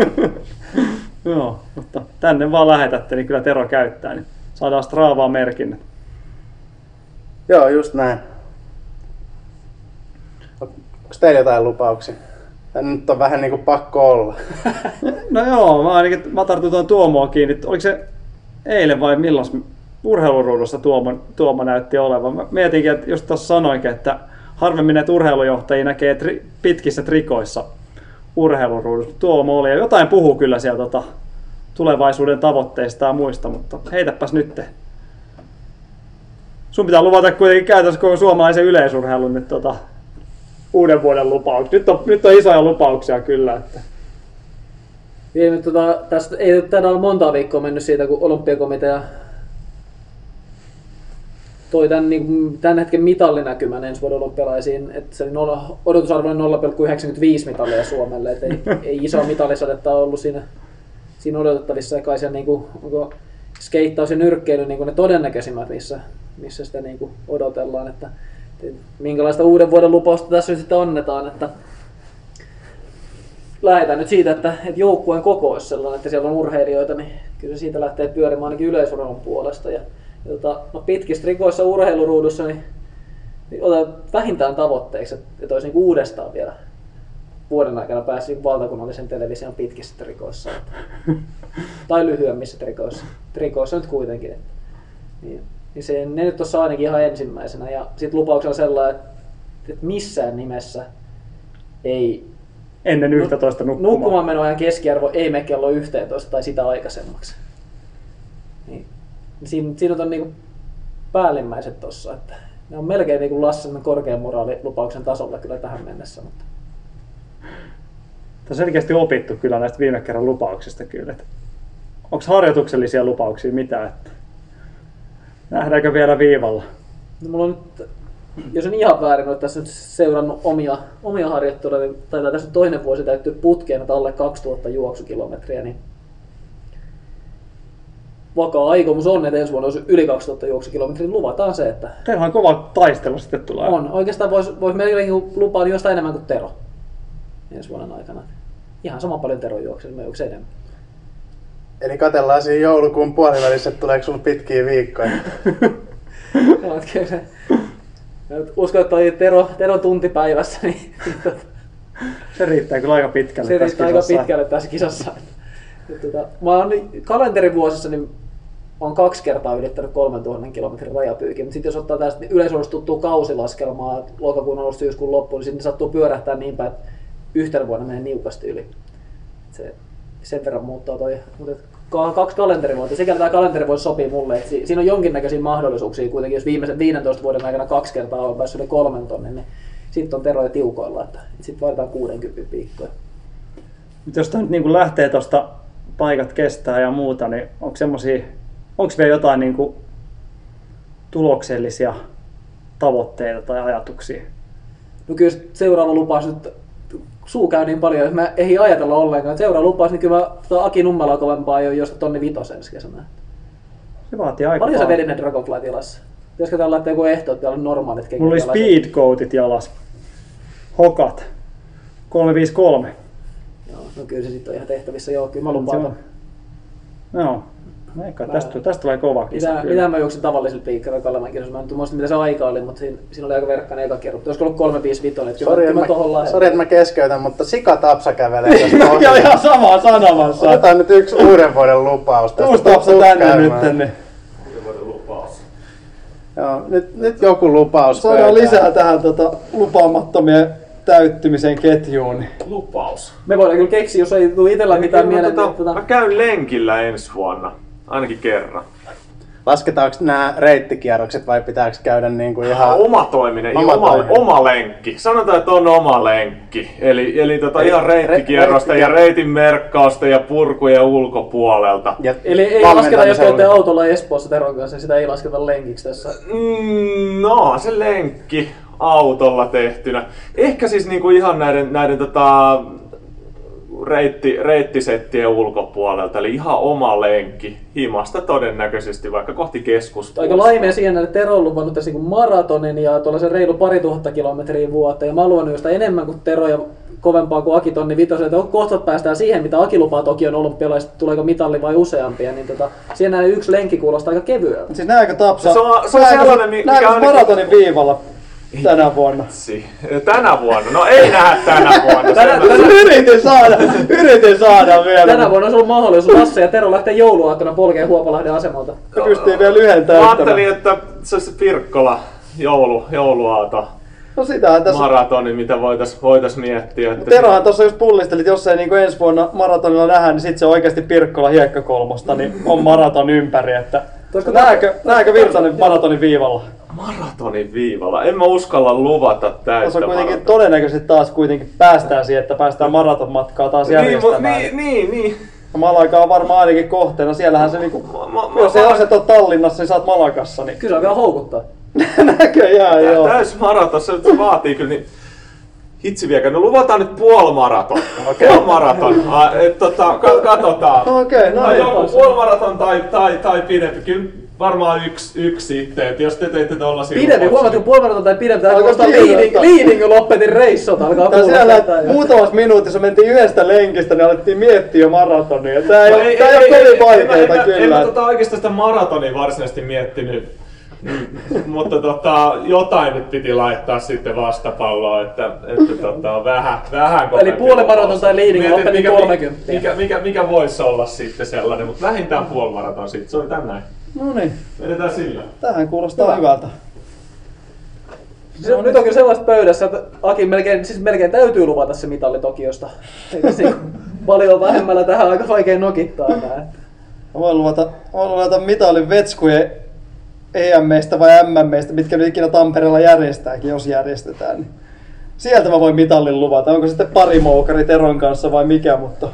Joo, mutta tänne vaan lähetätte, niin kyllä Tero käyttää, niin saadaan Stravaa merkinnät. Joo, just näin. Onko teillä jotain lupauksia? Tää nyt on vähän niinku pakko olla. No joo, mä ainakin mä tartun tuon Tuomoa kiinni. Oliko se eilen vai milloin urheiluruudussa Tuomo, Tuomo näytti olevan? Mä mietinkin, että just tuossa sanoinkin, että harvemmin näitä urheilujohtajia näkee tri, pitkissä trikoissa urheiluruudussa. Tuomo oli ja jotain puhuu kyllä siellä tota, tulevaisuuden tavoitteista ja muista, mutta heitäpäs nyt. Sun pitää luvata kuitenkin käytännössä koko suomalaisen yleisurheilun nyt tota, uuden vuoden lupauksia. Nyt on, nyt on isoja lupauksia kyllä. Että. Viime, tota, tästä ei tänään ole monta viikkoa mennyt siitä, kun Olympiakomitea toi tämän, niin, tämän hetken mitallinäkymän ensi vuoden olympialaisiin, että se nolla, odotusarvo on nolla pilkku yhdeksänkymmentäviisi mitalia Suomelle, että ei, ei isoa mitalisadetta ollut siinä, siinä odotettavissa, ja kai siellä niin kuin, onko skeittaus ja nyrkkeily niin kuin ne todennäköisimmät, missä, missä sitä niin kuin odotellaan, että, että minkälaista uuden vuoden lupausta tässä nyt sitten annetaan, että lähdetään nyt siitä, että, että joukkueen koko olisi sellainen, että siellä on urheilijoita, niin kyllä se siitä lähtee pyörimään ainakin yleisurheilun puolesta. Ja, ja tota, no pitkissä trikoissa urheiluruudussa niin, niin otan vähintään tavoitteeksi, että, että olisi niin uudestaan vielä vuoden aikana päässyt valtakunnallisen television pitkissä trikoissa. Että, tai lyhyemmissä trikoissa. Trikoissa nyt kuitenkin. Että, niin, niin se, ne nyt tuossa ainakin ihan ensimmäisenä. Ja sitten lupauksena sellainen, että, että missään nimessä ei ennen yksitoista nukkumaan. Nukkumaan menoajan keskiarvo ei mene kello yksitoista tai sitä aikaisemmaksi. Niin. Siinä, siinä on niinku päällimmäiset tossa, että ne on melkein niinku Lassen korkean moraalilupauksen tasolla kyllä tähän mennessä. Mutta. Tämä on selkeästi opittu kyllä näistä viime kerran lupauksista kyllä. Onko harjoituksellisia lupauksia mitään? Että nähdäänkö vielä viivalla? No, mulla on nyt, jos en ihan väärin ole tässä nyt seurannut omia, omia harjoitteluja, niin taitaa tässä toinen vuosi täyttyy putkeen, että alle kaksituhatta juoksukilometriä, niin vakaa aikomus on, että ensi vuonna olisi yli kaksituhatta juoksukilometriä, niin luvataan se, että teillä on kova taistelu sitten tulee. On. Oikeastaan voisi vois melkein lupaa jostain enemmän kuin Tero ensi vuoden aikana. Ihan sama paljon Tero juoksee, me juoksee enemmän. Eli katsellaan siinä joulukuun puolivälissä, että tuleeko sulla pitkiä viikkoja. No, kyllä se. Uskon, että toi Tero, Tero tunti päivässä, niin se riittää kyllä aika pitkälle se tässä riittää kisassa. aika pitkälle tässä kisassa. Tota, mä oon kalenterivuosissa niin on kaksi kertaa ylittänyt kolmentuhannen kilometrin rajapyykin, mutta sitten jos ottaa tästä niin yleisöllisesti tuttua kausilaskelmaa, lokakuun alusta syyskuun loppuun, niin sitten sattuu pyörähtää niin päin, että yhtenä vuonna menee niukasti yli. Se, sen verran muuttaa toi. Mutta kaksi kalenterivuotta, sekä tämä kalenterivuosi sopii mulle, että siinä on jonkinnäköisiä mahdollisuuksia kuitenkin, jos viimeisen viidentoista vuoden aikana kaksi kertaa on päässyt yli kolmen tonnin, niin sitten on Tero jo tiukoilla, että sitten vaaditaan kuusikymmentä piikkoja. Mutta jos tämä nyt niin lähtee tuosta paikat kestää ja muuta, niin onko semmosia, onko vielä jotain niin kuin tuloksellisia tavoitteita tai ajatuksia? No kyllä seuraava lupaus nyt, suu käy niin paljon, että mä ei ajatella ollenkaan. Seuraava lupaus, niin kyllä mä Aki Nummela kovempaa jo josta tonni vitosen ensi kesänä. Se vaatii aika paljon. paljon. Paljon sä vedit ne Dragonflyt jalassa? Pitäisikö täällä laittaa joku ehto, että täällä on normaalit kengät? Mulla oli speedcoatit jalas. Hokat. kolme viisi kolme. Joo, no kyllä se sitten on ihan tehtävissä. Joo, kyllä mä lupaan. Joo. Eikä, tästä, tästä tulee kova kisa. Mitä, mitä mä juoksin tavallisella piikkarilla Kalleman kisossa? Mä en muista mitä se aika oli, mutta siinä, siinä oli aika verkkainen eka kerro. Olisiko ollut kolme viisi viisi? Sori, että mä, sori, että mä keskeytän, mutta Sika Tapsa kävelee tästä ohi. Ja ihan samaa sanomassa. Otetaan nyt yksi uuden vuoden lupaus. Tuus Tapsa tänne nyt tänne. Uuden vuoden lupaus. Joo, nyt, nyt joku lupaus. Saadaan pöytään. lisää tähän tota, lupaamattomien täyttymisen ketjuun. Lupaus. Me voidaan kyllä keksiä, jos ei tule itsellä mitään Mä, mieleen. tota, Niin, tota... mä käyn lenkillä ensi vuonna, ainakin kerran. Lasketaanko nämä reittikierrokset vai pitääkö käydä niin kuin ihan... Oma toiminen, Oma oma, toiminen. oma lenkki. Sanotaan, että on oma lenkki. Eli, eli tota ihan reittikierrosta re- ja reitin merkkausta ja purkuja ulkopuolelta. Ja Eli ei lasketa, jos te olette autolla Espoossa Teron kanssa, niin sitä ei lasketa lenkiksi tässä. Mm, no, se lenkki autolla tehtynä. Ehkä siis niinku ihan näiden, näiden tota, reitti, reittisettien ulkopuolelta, eli ihan oma lenkki. Himasta todennäköisesti vaikka kohti keskuspuolta. Aika laimea siihen, että Tero on luvannut tässä niin maratonin ja tuollaisen reilu pari tuhatta kilometriä vuotta. Ja mä oon luvannut jostain enemmän kuin Tero ja kovempaa kuin Aki tonni vitosen. Että kohta päästään siihen, mitä Aki lupaa Tokion olympialaisista, tuleeko mitalli vai useampia. Niin tota, siinä yksi lenkki kuulostaa aika kevyeltä. Siis näenkö Tapsa, Se on- se on näenkö- sellainen, mikä näenkö ainakin- maratonin viivalla tänä vuonna? Si- Tänä vuonna? No ei nähdä tänä vuonna. Tänä- Sen- tänä- Yritin saada, yritin saada vielä. Tänä vuonna olisi ollut mahdollisuus Lasse ja Tero lähteä jouluaattona polkeen Huopalahden asemalta. Me pystyy vielä lyhentämään. Mä ajattelin, että se olisi Pirkkola joulu, jouluaato. No sitähän tässä... Maratoni, mitä voitais, voitais miettiä. Että Terohan tuossa just pullistelit, jos ei niin ensi vuonna maratonilla nähdä, niin sitten se on oikeasti Pirkkola hiekkakolmosta, niin on maraton ympäri. Että... Näetkö, näetkö Virtanen maratonin viivalla? maratonin viivalla. En mä uskalla luvata täyttä Tässä on kuitenkin maratonia. todennäköisesti taas kuitenkin päästään siihen, että päästään maratonmatkaa taas Niin, mu- järjestämään. niin, niin, niin. Malaka on varmaan ainakin kohteena. Siellähän se niinku, Ma- ma- jos ma- ei aset ole Tallinnassa, niin sä oot Malakassa. Niin... Kyllä se alkaa houkuttaa. Näköjään joo. Täysmaraton, se se vaatii kyllä niin... Hitsi viekö, no luvataan nyt puolimaraton. Okay. Puolimaraton. Ah, et, tota, ka- katsotaan. Okei, no Tai niin. joku puolimaraton tai, tai, tai pidempi. Kyllä varmaan yksi, yksi sitten, et jos te teitte tollasia Pidempi, lupauksia, huomattu puolimaton tai pidempi, tää Alkaa kuulostaa kiinnostaa. liiding, liiding kun lopetin reissot, alkaa Tää siellä kuulostaa. muutamassa minuutissa mentiin yhdestä lenkistä, niin alettiin miettiä jo maratonia. Tää ei, No ole, tää ei, ole kovin en mä- vaikeeta en mä- kyllä. En mä tota oikeastaan sitä maratonia varsinaisesti miettinyt, Mm, mutta tota, jotain nyt piti laittaa sitten vastapalloa, että, että tota, vähän, vähän kovempi puolimaraton lupaus. tai leading Mietin, lopetin mikä- kolmekymmentä. Mikä, mikä, mikä voisi olla sitten sellainen, mutta vähintään puolimaraton sitten, se oli tän näin. No niin, Vedetään sillä. tähän kuulostaa Hyvä. hyvältä. Se, nyt on kyllä sellaista pöydässä, että Aki melkein, siis melkein täytyy luvata se mitalli Tokiosta. Ei tässä niinku paljon vähemmällä tähän aika vaikea nokittaa enää. Mä voin luvata, voin luvata mitalin vetskujen E M-meistä vai M M-meistä, mitkä nyt ikinä Tampereella järjestääkin, jos järjestetään. Niin sieltä mä voin mitallin luvata. Onko sitten pari moukari Teron kanssa vai mikä, mutta...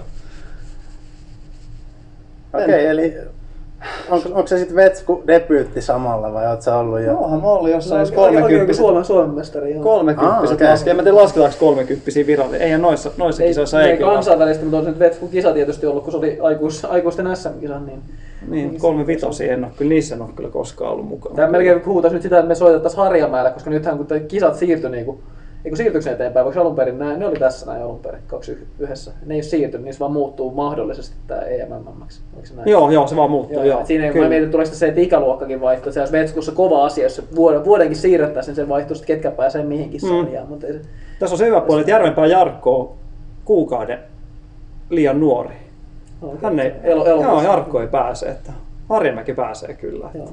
Okei, okay, eli onko, onko se sitten Vetsku debyytti samalla vai oot sä ollut jo? No, onhan mä ollut jossain, jos Oikein- oikein kolmekymppiset. Suomen, Suomen mestari. Joo. Kolmekymppiset Ah, okei. laskee. En mä tiedä lasketaanko kolmekymppisiä virallisesti. Eihän noissa, noissa Ei, kisoissa ei ei kyllä. kansainvälistä, mutta on se nyt Vetsku-kisa tietysti ollut, kun se oli aikuis, aikuisten S M-kisa. Niin. Niin, kolme vitosia en ole kyllä, niissä en ole kyllä koskaan ollut mukana. Tämä melkein huutaisi nyt sitä, että me soitettaisiin Harjamäellä, koska nythän kun te kisat siirtyi niinku, eikö siirtyykö ne eteenpäin, vaikka alun perin nää, ne oli tässä näin alun perin, kaksi y- yhdessä. Ne ei ole siirtynyt, niissä vaan muuttuu mahdollisesti tämä E M M-ksi. Oliko se näin? Joo, joo, se vaan muuttuu, joo. Joo, et siinä kyllä. mä mietin, että tuleeko se, että ikäluokkakin vaihtuu. Se olisi Vetskussa kova asia, jos se vuoden, vuodenkin siirrettäisiin, niin se vaihtuu sitten ketkä pääsee mihinkin Mm. sarjaan. Mutta ei se, Tässä on se hyvä puoli, että Järvenpää Jarkko on kuukauden liian nuori. Hän ei, Elo- joo, elokuussa. Jarkko ei pääse, että Harjamäki pääsee kyllä. Joo.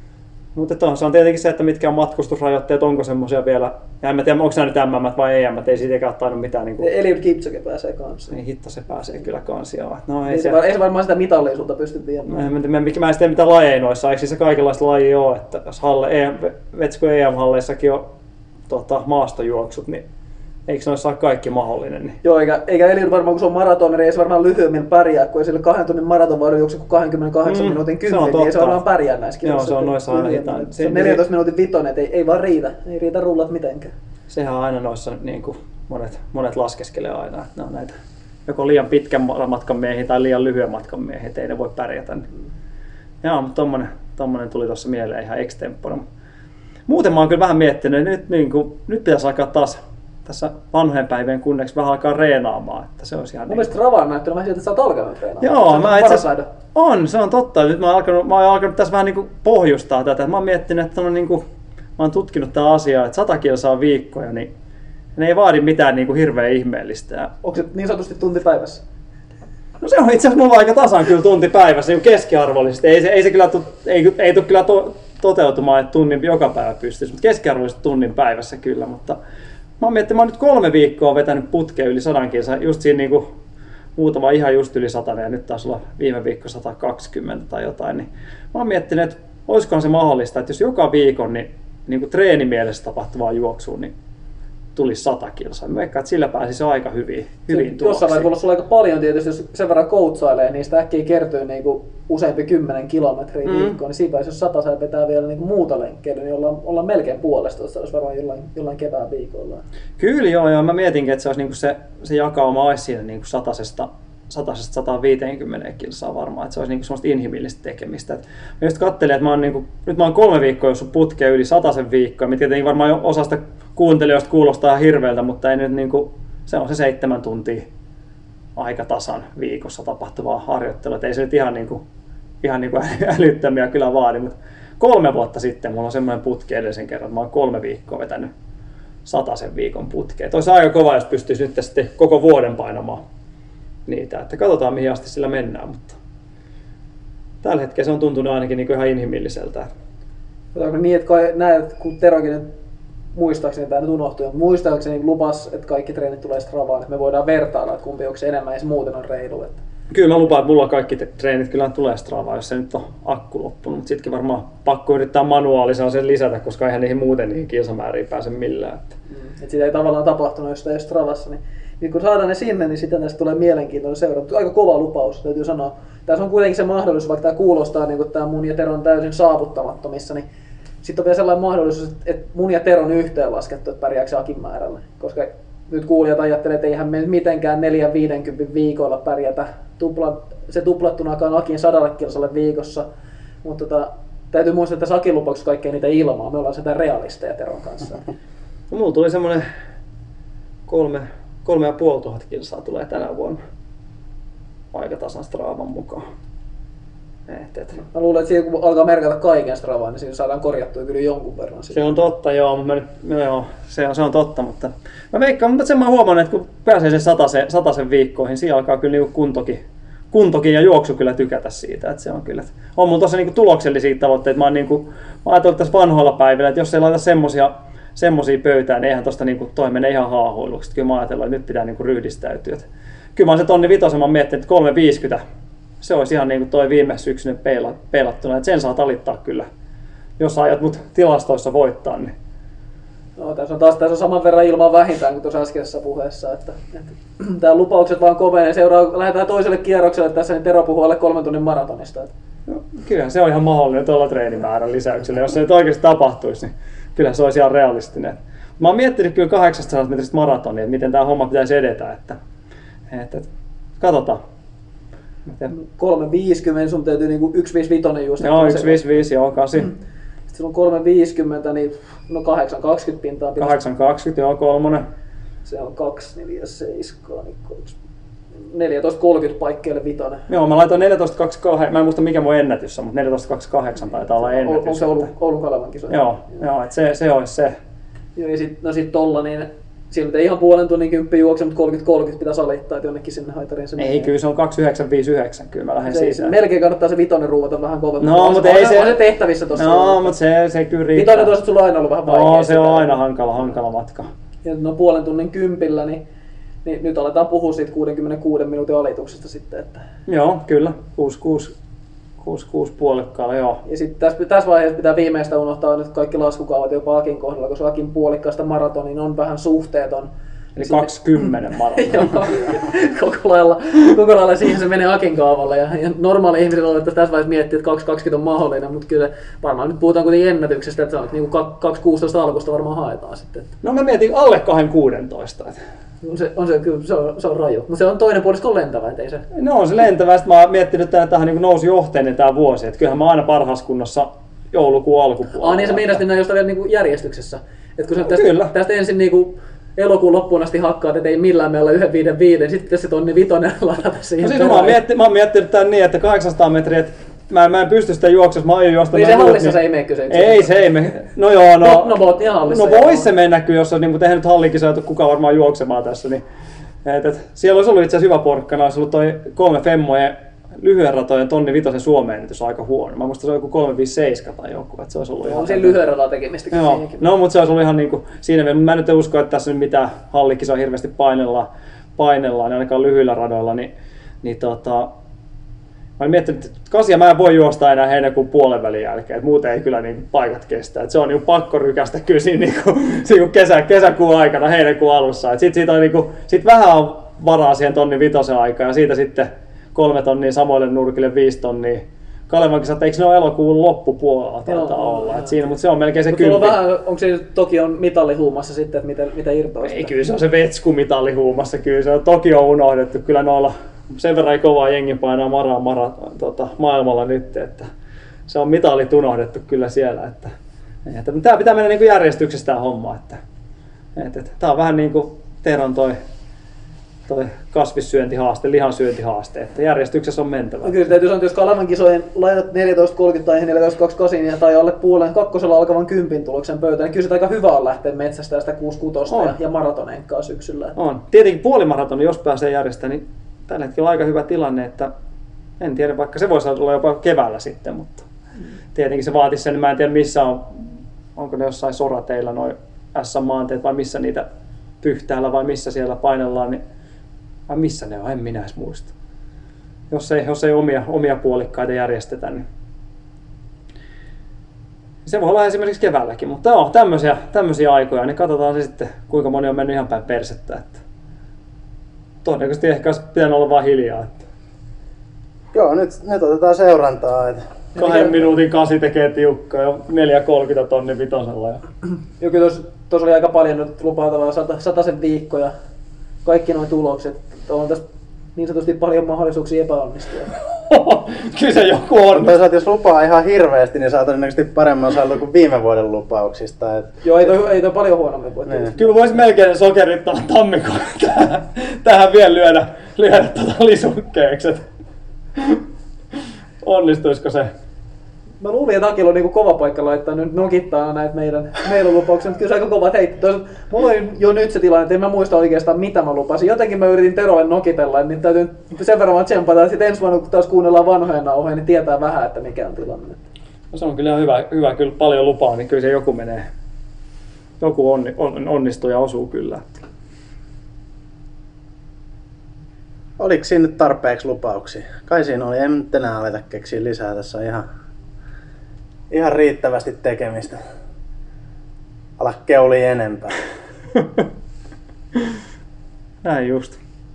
Mutta se on tietenkin se, että mitkä on matkustusrajoitteet, onko semmoisia vielä. Ja en mä tiedä, onko nämä nyt M M vai E M, ei siitäkään tainnut mitään. Niin kuin, Eliud Kipchoge pääsee kanssa. niin hitto se pääsee kyllä kanssa. Joo. No, ei Ei, se, se, var- ei se varmaan sitä mitallisuutta pysty viemään. mä, en, mä, mä, mä en tiedä mitä lajeja noissa, eikö siis se kaikenlaista lajia ole, että jos halle, E M, Vetsku E M-halleissakin on tota, maastojuoksut, niin eikö noissa ole kaikki mahdollinen? Niin. Joo, eikä, eikä Eliud varmaan, kun se on maratoneri, ei se varmaan lyhyemmin pärjää, kun ei sille kahden tunnin maraton voi juokse kuin kaksikymmentäkahdeksan Mm, minuutin se on kymmenen, niin ei se totta. varmaan pärjää näissä Joo, kisoissa. se on noissa aina Lyhyemmän. hitaan. Se on Se- neljäntoista minuutin vitonen, että ei, ei vaan riitä. Ei riitä rullat mitenkään. Sehän on aina noissa niin kuin monet, monet laskeskelee aina, että ne on näitä joko liian pitkän matkan miehiä tai liian lyhyen matkan miehiä, että ei ne voi pärjätä. Niin. Joo, mutta tommonen, tommonen tuli tuossa mieleen ihan extempore. Muuten mä oon kyllä vähän miettinyt, että nyt, niin kuin, nyt pitäisi alkaa taas tässä vanhojenpäivien kunneksi vähän alkaa reenaamaan. Että se olisi ihan Mun niin. mielestä Rava on näyttänyt vähän siltä, että sä oot alkanut treenaamaan. Se Joo, on mä paras itse asiassa, taito. on, se on totta. Nyt mä oon alkanut, mä oon alkanut tässä vähän niin kuin pohjustaa tätä. Mä oon miettinyt, että on niin kuin, mä oon tutkinut tätä asiaa, että sata kilsaa viikkoja, niin ne ei vaadi mitään niin kuin hirveän ihmeellistä. Ja Onko se niin sanotusti tunti päivässä? no se on itse asiassa mulla aika tasan kyllä tunti päivässä niin keskiarvollisesti. Ei se, ei se kyllä tu, ei, ei tule kyllä to, toteutumaan, että tunnin joka päivä pystyisi, mutta keskiarvollisesti tunnin päivässä kyllä. Mutta mä oon miettinyt, mä oon nyt kolme viikkoa vetänyt putkeen yli sadan kilsaa, just siinä niin kuin muutama ihan just yli satanen ja nyt taas olla viime viikko sata kaksikymmentä tai jotain. Niin mä oon miettinyt, että olisikohan se mahdollista, että jos joka viikon niin, niin kuin treenimielessä tapahtuvaa juoksua, niin tulisi sata kilsaa. Mä veikkaan, että sillä pääsisi aika hyvin, hyvin tuloksiin. Jossain vaiheessa sulla aika paljon tietysti, jos sen verran coachailee, niin sitä äkkiä kertyy niin kuin useampi kymmenen kilometriä mm. viikkoon. Niin siinä vaiheessa, jos sata vetää vielä niin kuin muuta lenkkeä, niin ollaan, ollaan melkein puolesta. Se olisi varmaan jollain, jollain kevään viikolla. Kyllä joo, joo. Mä mietinkin, että se, olisi niin kuin se, se jakauma olisi siinä niin kuin satasesta sata viisikymmentä kilsaa varmaan, että se olisi niinku semmoista inhimillistä tekemistä. Et mä just katselin, että mä oon niinku, nyt mä oon kolme viikkoa jos putkea yli sataisen viikkoa, mitä tietenkin varmaan osasta kuuntelijoista kuulostaa ihan hirveältä, mutta ei nyt niinku, se on se seitsemän tuntia aika tasan viikossa tapahtuvaa harjoittelua, et ei se nyt ihan, niinku, ihan niinku älyttömiä kyllä vaadi, mutta kolme vuotta sitten mulla on semmoinen putki edellisen kerran, että mä oon kolme viikkoa vetänyt sataisen viikon putkea. Olisi aika kova, jos pystyisi nyt sitten koko vuoden painamaan niitä, että katsotaan mihin asti sillä mennään, mutta tällä hetkellä se on tuntunut ainakin niin kuin ihan inhimilliseltä. Onko niin, että näet, kun Terokin nyt muistaakseni tämä nyt unohtui, mutta muistaakseni lupas, että kaikki treenit tulee Stravaan, että me voidaan vertailla, että kumpi onko se enemmän ja se muuten on reilu. Että... Kyllä mä lupaan, että mulla kaikki treenit kyllä tulee Stravaan, jos se nyt on akku loppunut, mutta sittenkin varmaan pakko yrittää manuaalisena sen lisätä, koska eihän niihin muuten niihin kilsamääriin pääse millään. Että... Mm, että sitä ei tavallaan tapahtunut, jos sitä ei ole Stravassa, niin nyt kun saadaan ne sinne, niin sitten tästä tulee mielenkiintoinen seura. Aika kova lupaus, täytyy sanoa. Tässä on kuitenkin se mahdollisuus, vaikka tämä kuulostaa niin kuin tämä mun ja Teron täysin saavuttamattomissa, niin sitten on vielä sellainen mahdollisuus, että mun ja Teron yhteenlaskettu, että pärjääkö se Akin määrällä. Koska nyt kuulijat ajattelee, että eihän me mitenkään neljä viisikymmentä viikoilla pärjätä tupla, se tuplattunakaan Akin sadalle kilsalle viikossa. Mutta tota, täytyy muistaa, että tässä Akin lupauksessa kaikkea niitä ilmaa. Me ollaan sitä realisteja Teron kanssa. No, mulla tuli semmoinen kolme... Kolme ja puoli tuhat kilsaa tulee tänä vuonna aika tasan Stravan mukaan. Et, et. Mä luulen, että siinä kun alkaa merkata kaiken Stravaan, niin siinä saadaan korjattua kyllä jonkun verran. Se on totta, joo, mutta mä nyt, joo se, on, se on totta, mutta mä veikkaan, mutta sen mä huomannut, että kun pääsee sen satasen, satasen viikkoihin, siinä alkaa kyllä niinku kuntokin, kuntokin ja juoksu kyllä tykätä siitä. Että se on kyllä, on mun tossa niinku tuloksellisia tavoitteita. Mä oon niinku, mä ajatellut tässä vanhoilla päivillä, että jos ei laita semmosia semmoisia pöytään, niin eihän tosta niinku toi menee ihan haahuiluksi. Kyllä mä ajatellaan, että nyt pitää niinku ryhdistäytyä. Et kyllä mä oon se tonni vitosen, mä miettinyt, että kolme viisikymmentä, se olisi ihan niinku toi viime syksyinen peila, peilattuna. Et sen saa talittaa kyllä, jos ajat mut tilastoissa voittaa. Niin. No, tässä on taas tässä on saman verran ilmaa vähintään kuin tuossa äskeisessä puheessa. Että, että, tää lupaukset vaan kovenee. Seuraa, lähdetään toiselle kierrokselle tässä, niin Tero puhuu alle kolmen tunnin maratonista. Että. No, kyllähän se on ihan mahdollinen tuolla treenimäärän lisäyksellä. Jos se nyt oikeasti tapahtuisi, niin kyllä se olisi ihan realistinen. Mä oon miettinyt kyllä kahdeksansataa metristä maratonia, että miten tää homma pitäisi edetä. Että, että, että, katsotaan. kolme viisikymmentä, sun täytyy niinku yksi viisikymmentäviisi juosta. Joo, yksi viisikymmentäviisi, joo, kasi. Sitten sulla on kolme viisikymmentä, niin no kahdeksan kaksikymmentä pintaa. kahdeksan kaksikymmentä, joo, kolmonen. Se on kaksi neljä seitsemän, niin neljätoista kolmekymmentä paikkeille vitonen. Joo, mä laitoin neljätoista kaksikymmentäkahdeksan, mä en muista mikä mun ennätys on, mutta neljätoista kaksikymmentäkahdeksan taitaa olla ennätys. On se Oulun, Oulun Kalevan kisoja? Joo, joo, että se, se olisi se. Joo, ja sit, no sit tolla, niin siinä ei ihan puolen tunnin kymppi juokse, mutta kolmekymmentä kolmekymmentä pitäisi alittaa, että jonnekin sinne haitariin se Ei, menee. kyllä se on kaksikymmentäyhdeksän viisikymmentäyhdeksän, kyllä mä lähden se, siitä. Melkein kannattaa se vitonen ruuvata vähän kovemmin. No, mutta ei se... On se tehtävissä tossa. No, mutta se, se kyllä riittää. Vitonen toisaalta sulla on aina ollut vähän vaikea. No, se on aina hankala, hankala matka. Ja no puolen tunnin kympillä, niin, niin nyt aletaan puhua siitä kuudenkymmenenkuuden minuutin alituksesta sitten. Että... Joo, kyllä. kuusi kuusi puolikkaalla, joo. Ja sitten tässä, tässä vaiheessa pitää viimeistä unohtaa nyt kaikki laskukaavat jopa Akin kohdalla, koska Akin puolikkaasta maratonin on vähän suhteeton. Eli kaksikymmentä maratonia. Joo, koko lailla, koko lailla siihen se menee Akin kaavalle. Ja, ja normaali ihmisillä on, että tässä vaiheessa miettii, että kaksi kaksikymmentä on mahdollinen, mutta kyllä varmaan nyt puhutaan kuitenkin ennätyksestä, että se on niin kaksi kuusitoista alkusta varmaan haetaan sitten. No mä mietin alle kaksi kuusitoista. On se, on se, kyllä, se, on, se on raju, mutta se on toinen puolisko lentävä, ettei se... No on se lentävä, sitten mä oon miettinyt, että tähän niin nousi johteinen tää vuosi, että kyllähän mä aina parhaassa kunnossa joulukuun alkupuolella. Ah niin, sä meinasit näin jostain vielä niin järjestyksessä. Että kun sä tästä, Kyllä. tästä ensin niin kuin elokuun loppuun asti hakkaat, että ei millään meillä yhden viiden viiden, sitten pitäisi se tonni vitonen ladata siihen. No siis mä oon miettinyt, mä oon miettinyt tämän niin, että kahdeksansataa metriä, että mä, mä en pysty sitä juoksemaan, mä aion juosta. Niin se hallissa niin... se ei mene kyse. Ei se ei mene. No joo, no. No, no voit ihan hallissa. No vois se mennä kyllä, jos on niin tehnyt hallikisoja, että kukaan varmaan juoksemaan tässä. Niin, et, et, siellä olisi ollut itse asiassa hyvä porkkana, olisi ollut toi kolme femmojen lyhyen ratojen tonni vitosen Suomen ennätys aika huono. Mä muistan, se on joku kolme viisikymmentäseitsemän tai joku, että se olisi ollut no, ihan... On siinä lyhyen radan tekemistä. Joo, no mutta se olisi ollut ihan niinku siinä vielä. Mä nyt en usko, että tässä nyt mitään hallikisoja hirveästi painellaan, painellaan ainakaan lyhyillä radoilla, niin, niin tota... Mä olin miettinyt, että kasia mä en voi juosta enää heinäkuun puolen välin jälkeen, että muuten ei kyllä niin paikat kestä. Että se on niin pakko rykästä kyllä siinä, niin kuin, siinä kesä, kesäkuun aikana, heinäkuun alussa. Sitten sit on, niin kuin, sit vähän on varaa siihen tonnin vitosen aikaan ja siitä sitten kolme tonnia samoille nurkille, viisi tonnia. Kalevan kisat, eikö ne ole elokuun loppupuolella taitaa Joo, olla, joo. Et siinä, mutta se on melkein se Mut sulla on kympi. vähän, onko se Tokion mitallihuumassa sitten, että mitä, mitä irtoaa Ei, kyllä se on se vetskumitallihuumassa, kyllä se on Tokio on unohdettu, kyllä noilla sen verran ei kovaa jengi painaa maraa mara, tota, maailmalla nyt, että se on mitallit unohdettu kyllä siellä, että, että tämä pitää mennä niin kuin järjestyksessä tämä homma, että, että, että tämä on vähän niin kuin Teron toi toi kasvissyöntihaaste, lihansyöntihaaste, että järjestyksessä on mentävä. No kyllä täytyy sanoa, että jos Kalevan kisojen laitat neljätoista kolmekymmentä tai neljätoista kaksikymmentäkahdeksan tai alle puolen kakkosella alkavan kympin tuloksen pöytään, niin kyllä se aika hyvä on lähteä metsästä sitä kuusi kuusi ja, ja maratonenkkaa syksyllä. On. Tietenkin puolimaratoni, jos pääsee järjestämään, niin tällä hetkellä on aika hyvä tilanne, että en tiedä, vaikka se voisi olla jopa keväällä sitten, mutta mm. tietenkin se vaatisi sen, mä en tiedä missä on, onko ne jossain sorateilla noin S M-maanteet vai missä niitä Pyhtäällä vai missä siellä painellaan, niin vai missä ne on, en minä edes muista. Jos ei, jos ei omia, omia puolikkaita järjestetä, niin se voi olla esimerkiksi keväälläkin, mutta joo, tämmöisiä, tämmöisiä aikoja, niin katsotaan se sitten, kuinka moni on mennyt ihan päin persettä. Että todennäköisesti ehkä olisi pitänyt olla vaan hiljaa. Että Joo, nyt, nyt otetaan seurantaa. Että kahden minuutin kasi tekee tiukkaa ja neljä kolmekymmentä tonnin vitosella. Ja Joo, kyllä tuossa oli aika paljon nyt lupautavaa sata, sataisen viikko ja kaikki nuo tulokset. On tässä niin sanotusti paljon mahdollisuuksia epäonnistua. Kyllä se joku on. toisaalta jos lupaa ihan hirveästi, niin saa todennäköisesti paremman saldo kuin viime vuoden lupauksista. Et Joo, ei toi, ei toi paljon huonommin voi Niin. tietysti. Kyllä voisi melkein sokerittaa tammikuun tähän, tähän vielä lyödä, lyödä tuota lisunkkeeksi. Onnistuisiko se? Mä luulin, että Akilla on niinku kova paikka laittaa nyt nokittaa näitä meidän, meidän lupauksia, mutta kyllä se aika kovat heitti. Toisaalta mulla oli jo nyt se tilanne, että en mä muista oikeastaan mitä mä lupasin. Jotenkin mä yritin Terolle nokitella, niin täytyy sen verran vaan tsempata, että sitten ensi vuonna kun taas kuunnellaan vanhoja nauhoja, niin tietää vähän, että mikä on tilanne. No se on kyllä hyvä, hyvä kyllä paljon lupaa, niin kyllä se joku menee. Joku onni, on, onnistuu ja osuu kyllä. oliko siinä nyt tarpeeksi lupauksia? Kai siinä oli, en nyt enää aleta keksiä lisää, tässä on ihan, ihan riittävästi tekemistä. Ala keuli enempää. Näin just.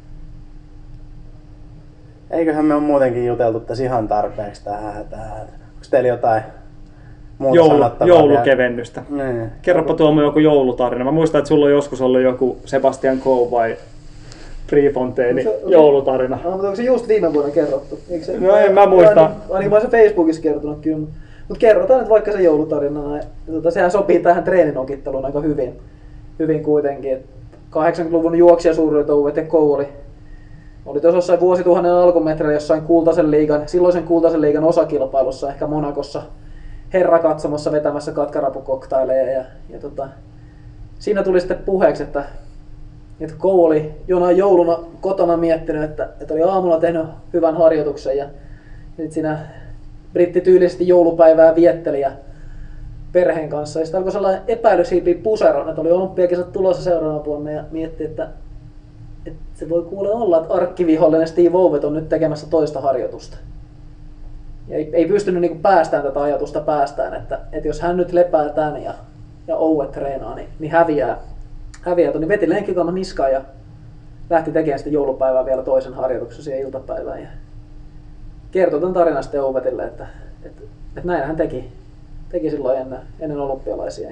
Eiköhän me on muutenkin juteltu tässä ihan tarpeeksi tähän. tähän. Onko teillä jotain muuta Joulu, sanottavaa? joulukevennystä. Niin. Kerropa Tuomo joku joulutarina. Mä muistan, että sulla on joskus ollut joku Sebastian Coe vai Prefontaine joulutarina. No, mutta onko se just viime vuonna kerrottu? Eikö se, No en mä muista. Ainakin, ainakin mä oon se Facebookissa kertonut kyllä. Mutta kerrotaan nyt vaikka se joulutarina. Tota, sehän sopii tähän treeninokitteluun aika hyvin, hyvin kuitenkin. Et kahdeksankymmentäluvun juoksijasuururit Ouvet ja Coe oli, oli tuossa jossain vuosituhannen alkumetreillä jossain kultaisen liigan, silloisen kultaisen liigan osakilpailussa, ehkä Monakossa, herrakatsomossa vetämässä katkarapukoktaileja. Ja, ja tota, siinä tuli sitten puheeksi, että että Coe oli jonain jouluna kotona miettinyt, että, että oli aamulla tehnyt hyvän harjoituksen ja sitten siinä brittityylisesti joulupäivää vietteli ja perheen kanssa. Ja sitten alkoi sellainen epäilys hiipii puseron, että oli olympiakisat tulossa seuraavana vuonna ja mietti, että, että se voi kuule olla, että arkkivihollinen Steve Ouvet on nyt tekemässä toista harjoitusta. Ja ei, ei pystynyt niin kuin päästään tätä ajatusta päästään, että, että jos hän nyt lepää tän ja, ja Ouvet treenaa, niin, niin häviää. häviää, niin veti lenkkikamman niskaan ja lähti tekemään sitten joulupäivää vielä toisen harjoituksen siihen iltapäivään. Ja kertoi tämän tarinan sitten Ouvetille, että, että, että näin hän teki, teki silloin ennen, ennen olympialaisia.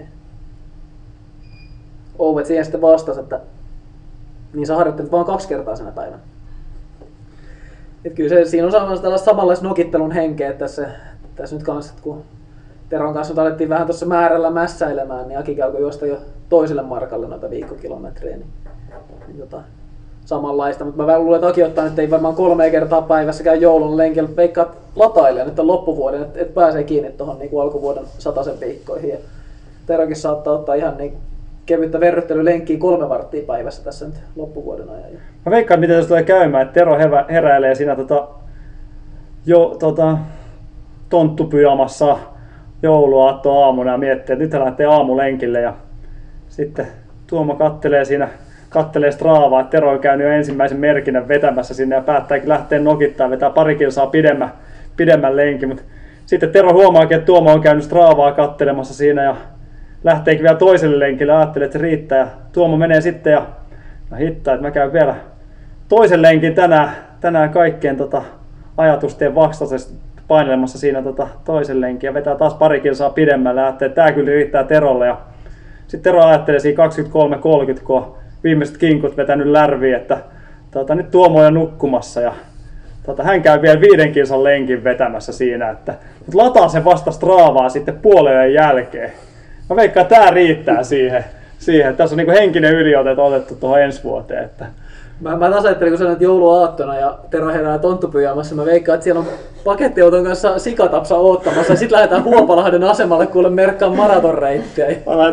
Ouvet siihen sitten vastasi, että niin sä harjoittelit vaan kaksi kertaa senä päivänä. Et kyllä se, siinä on tällaista samanlaista nokittelun henkeä tässä, tässä nyt kanssa, kun Teron kanssa nyt alettiin vähän tuossa määrällä mässäilemään, niin Aki alkoi juosta jo toiselle markalle noita viikkokilometrejä. Niin, niin tota, samanlaista, mutta mä luulen, että Aki ottaa nyt ei varmaan kolme kertaa päivässä käy joulun lenkillä. Veikkaat latailee nyt loppuvuoden, että et pääsee kiinni tuohon niin alkuvuoden sataisen viikkoihin. Ja Terokin saattaa ottaa ihan niin kevyttä verryttelylenkkiä kolme varttia päivässä tässä nyt loppuvuoden ajan. Mä veikkaan, miten tässä tulee käymään, että Tero herä, heräilee siinä tota, jo, tota, tonttupyjamassa jouluaatto aamuna ja miettii, että nyt hän lähtee aamulenkille ja sitten Tuomo kattelee siinä kattelee Stravaa, että Tero on käynyt jo ensimmäisen merkinnän vetämässä sinne ja päättääkin lähteä nokittaa, vetää pari kilsaa pidemmän, pidemmän lenkin. Mut sitten Tero huomaakin, että Tuomo on käynyt Stravaa kattelemassa siinä ja lähteekin vielä toiselle lenkille, ajattelee, että se riittää. Ja Tuomo menee sitten ja no hittaa, että mä käyn vielä toisen lenkin tänään, tänään kaikkien tota, ajatusten vastaisesti painelemassa siinä tota, toisen lenkin ja vetää taas pari kilsaa pidemmälle ja ajattelee, että tää kyllä riittää Terolle. Ja sitten Tero ajattelee siinä kaksikymmentäkolme kolmekymmentä, kun on viimeiset kinkut vetänyt lärviin, että tota, nyt Tuomo on jo nukkumassa ja tota, hän käy vielä viiden kilsan lenkin vetämässä siinä, että lataa sen vasta Stravaa sitten puolen jälkeen. Mä veikkaan, että tää riittää siihen. siihen. Tässä on niinku henkinen yliote otettu tuohon ensi vuoteen. Että Mä, mä taas ajattelin, kun sanoit jouluaattona ja Tero herää tonttupyjaamassa, mä veikkaan, että siellä on pakettiauton kanssa sikatapsa oottamassa ja sit lähdetään Huopalahden asemalle kuule merkkaan maratonreittiä.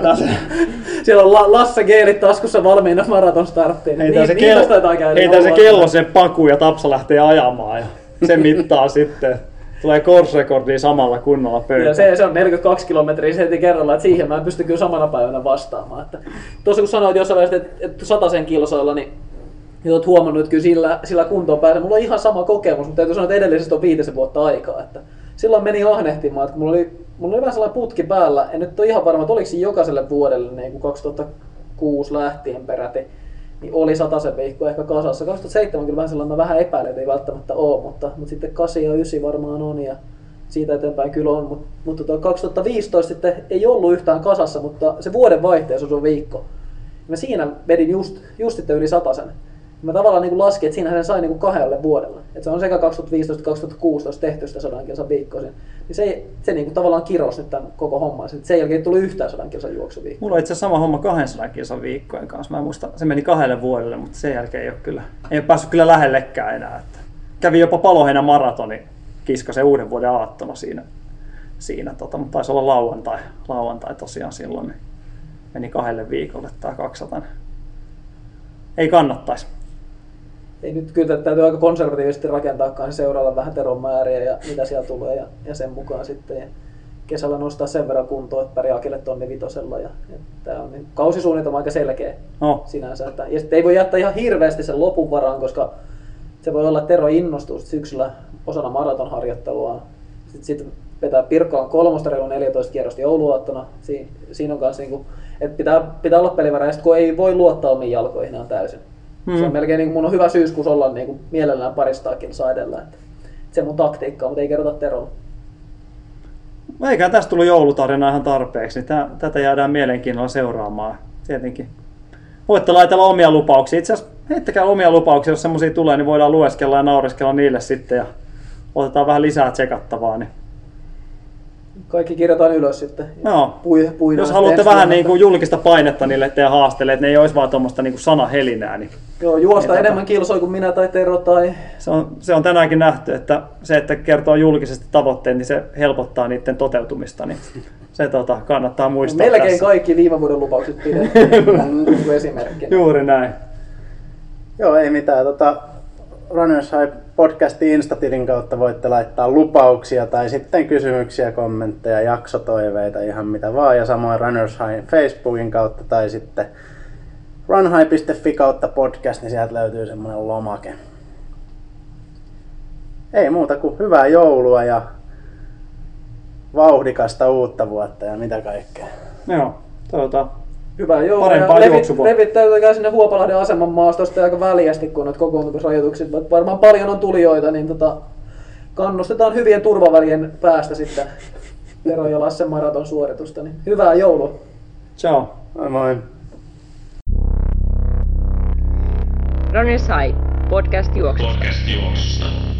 Siellä on La- Lasse geelit taskussa valmiina maraton starttiin. Heitää niin, se, kel- se kello sen paku ja Tapsa lähtee ajamaan ja se mittaa sitten. Tulee course-rekordia samalla kunnolla pöytään. Se, se on neljäkymmentäkaksi kilometriä se heti kerralla, että siihen mä en pysty kyllä samana päivänä vastaamaan. Että, tuossa kun sanoit jossain vaiheessa, että, että satasen kilsoilla, niin niin olet huomannut, että kyllä sillä, sillä kuntoon pääsee. Mulla on ihan sama kokemus, mutta täytyy sanoa, että edellisestä on viitisen vuotta aikaa. Että silloin meni ahnehtimaan, että mulla oli, mulla oli vähän sellainen putki päällä. En nyt ole ihan varma, että oliko se jokaiselle vuodelle niin kuin kaksituhattakuusi lähtien peräti, niin oli satasen viikko ehkä kasassa. kaksituhattaseitsemän kyllä vähän sellainen, mä vähän epäilen, että ei välttämättä ole, mutta, mutta sitten kahdeksan ja yhdeksän varmaan on ja siitä eteenpäin kyllä on. Mutta, mutta tuo kaksituhattaviisitoista sitten ei ollut yhtään kasassa, mutta se vuoden vaihteessa on viikko. Mä siinä vedin just, just sitten yli satasen. Mä tavallaan niin laskin, että siinähän se sai niin kahdelle vuodelle. Että se on sekä kaksituhattaviisitoista kaksituhattakuusitoista tehty sitä sadan kilsan viikkoisin. Niin se, se niin tavallaan kirosi nyt tämän koko homman. Sen jälkeen tuli yhtään sadan kilsan juoksuviikkoa. Mulla on itse asiassa sama homma kahdensadan kilsan viikkojen kanssa. Mä muistan, se meni kahdelle vuodelle, mutta sen jälkeen ei ole, kyllä, ei ole päässyt kyllä lähellekään enää. Että kävin jopa Paloheinän maratoni kiskasen uuden vuoden aattona siinä. siinä tota, mutta taisi olla lauantai, lauantai tosiaan silloin. Niin meni kahdelle viikolle tää kaksisataa. Ei kannattaisi. Ei nyt kyllä täytyy aika konservatiivisesti rakentaa seuraalla vähän Teron määriä ja mitä siellä tulee ja, ja sen mukaan sitten. Ja kesällä nostaa sen verran kuntoon, että pärjää akille tonni vitosella. Ja, ja tämä on niin, kausisuunnitelma aika selkeä no. sinänsä. Että, ja sitten ei voi jättää ihan hirveästi sen lopun varaan, koska se voi olla, että Tero innostuu syksyllä osana maratonharjoittelua. Sitten sit vetää Pirkkalan kolmosta reilu neljätoista kierrosta jouluaattona. Si, siinä on kanssa, niin kuin, että pitää, pitää olla pelivaraa, kun ei voi luottaa omiin jalkoihin ihan täysin. Mm. Se on melkein niin kuin mun on hyvä syyskuussa olla niin kuin mielellään paristaa kilsaa edellä. Että se mun taktiikka, mutta ei kerrota Terolle. Eikä tästä tullut joulutarina ihan tarpeeksi, niin tätä jäädään mielenkiinnolla seuraamaan. Tietenkin. Voitte laitella omia lupauksia. Itse asiassa heittäkää omia lupauksia, jos semmoisia tulee, niin voidaan lueskella ja naureskella niille sitten ja otetaan vähän lisää tsekattavaa. Niin kaikki kirjataan ylös sitten. Joo. Pui, jos haluatte vähän niin kuin julkista painetta niille teidän haasteille, että ne ei olisi vaan tuommoista niin kuin sanahelinää. Niin joo, juosta niin enemmän kilsoja kuin minä tai Tero. Tai se, on, se on tänäänkin nähty, että se, että kertoo julkisesti tavoitteen, niin se helpottaa niiden toteutumista. Niin se tota, kannattaa muistaa. Melkein tässä. Kaikki viime vuoden lupaukset pidetään esimerkkinä. Juuri näin. Joo, ei mitään. Tota, Runners High podcastin Instatilin kautta voitte laittaa lupauksia tai sitten kysymyksiä, kommentteja, jaksotoiveita, ihan mitä vaan. Ja samoin Runners High Facebookin kautta tai sitten runhigh piste fi kautta podcast, niin sieltä löytyy semmoinen lomake. Ei muuta kuin hyvää joulua ja vauhdikasta uutta vuotta ja mitä kaikkea. Joo, toivotaan. Hyvää joulua ja levit, levittäytykää sinne Huopalahden aseman maastosta aika väljästi, kun noita kokoontumisrajoituksia varmaan paljon on tulijoita, niin tota, kannustetaan hyvien turvavälien päästä sitten Tero ja Lassen maraton suoritusta. Niin hyvää joulua! Ciao! Moi moi! Runners High, podcast juoksusta. Podcast juoksusta.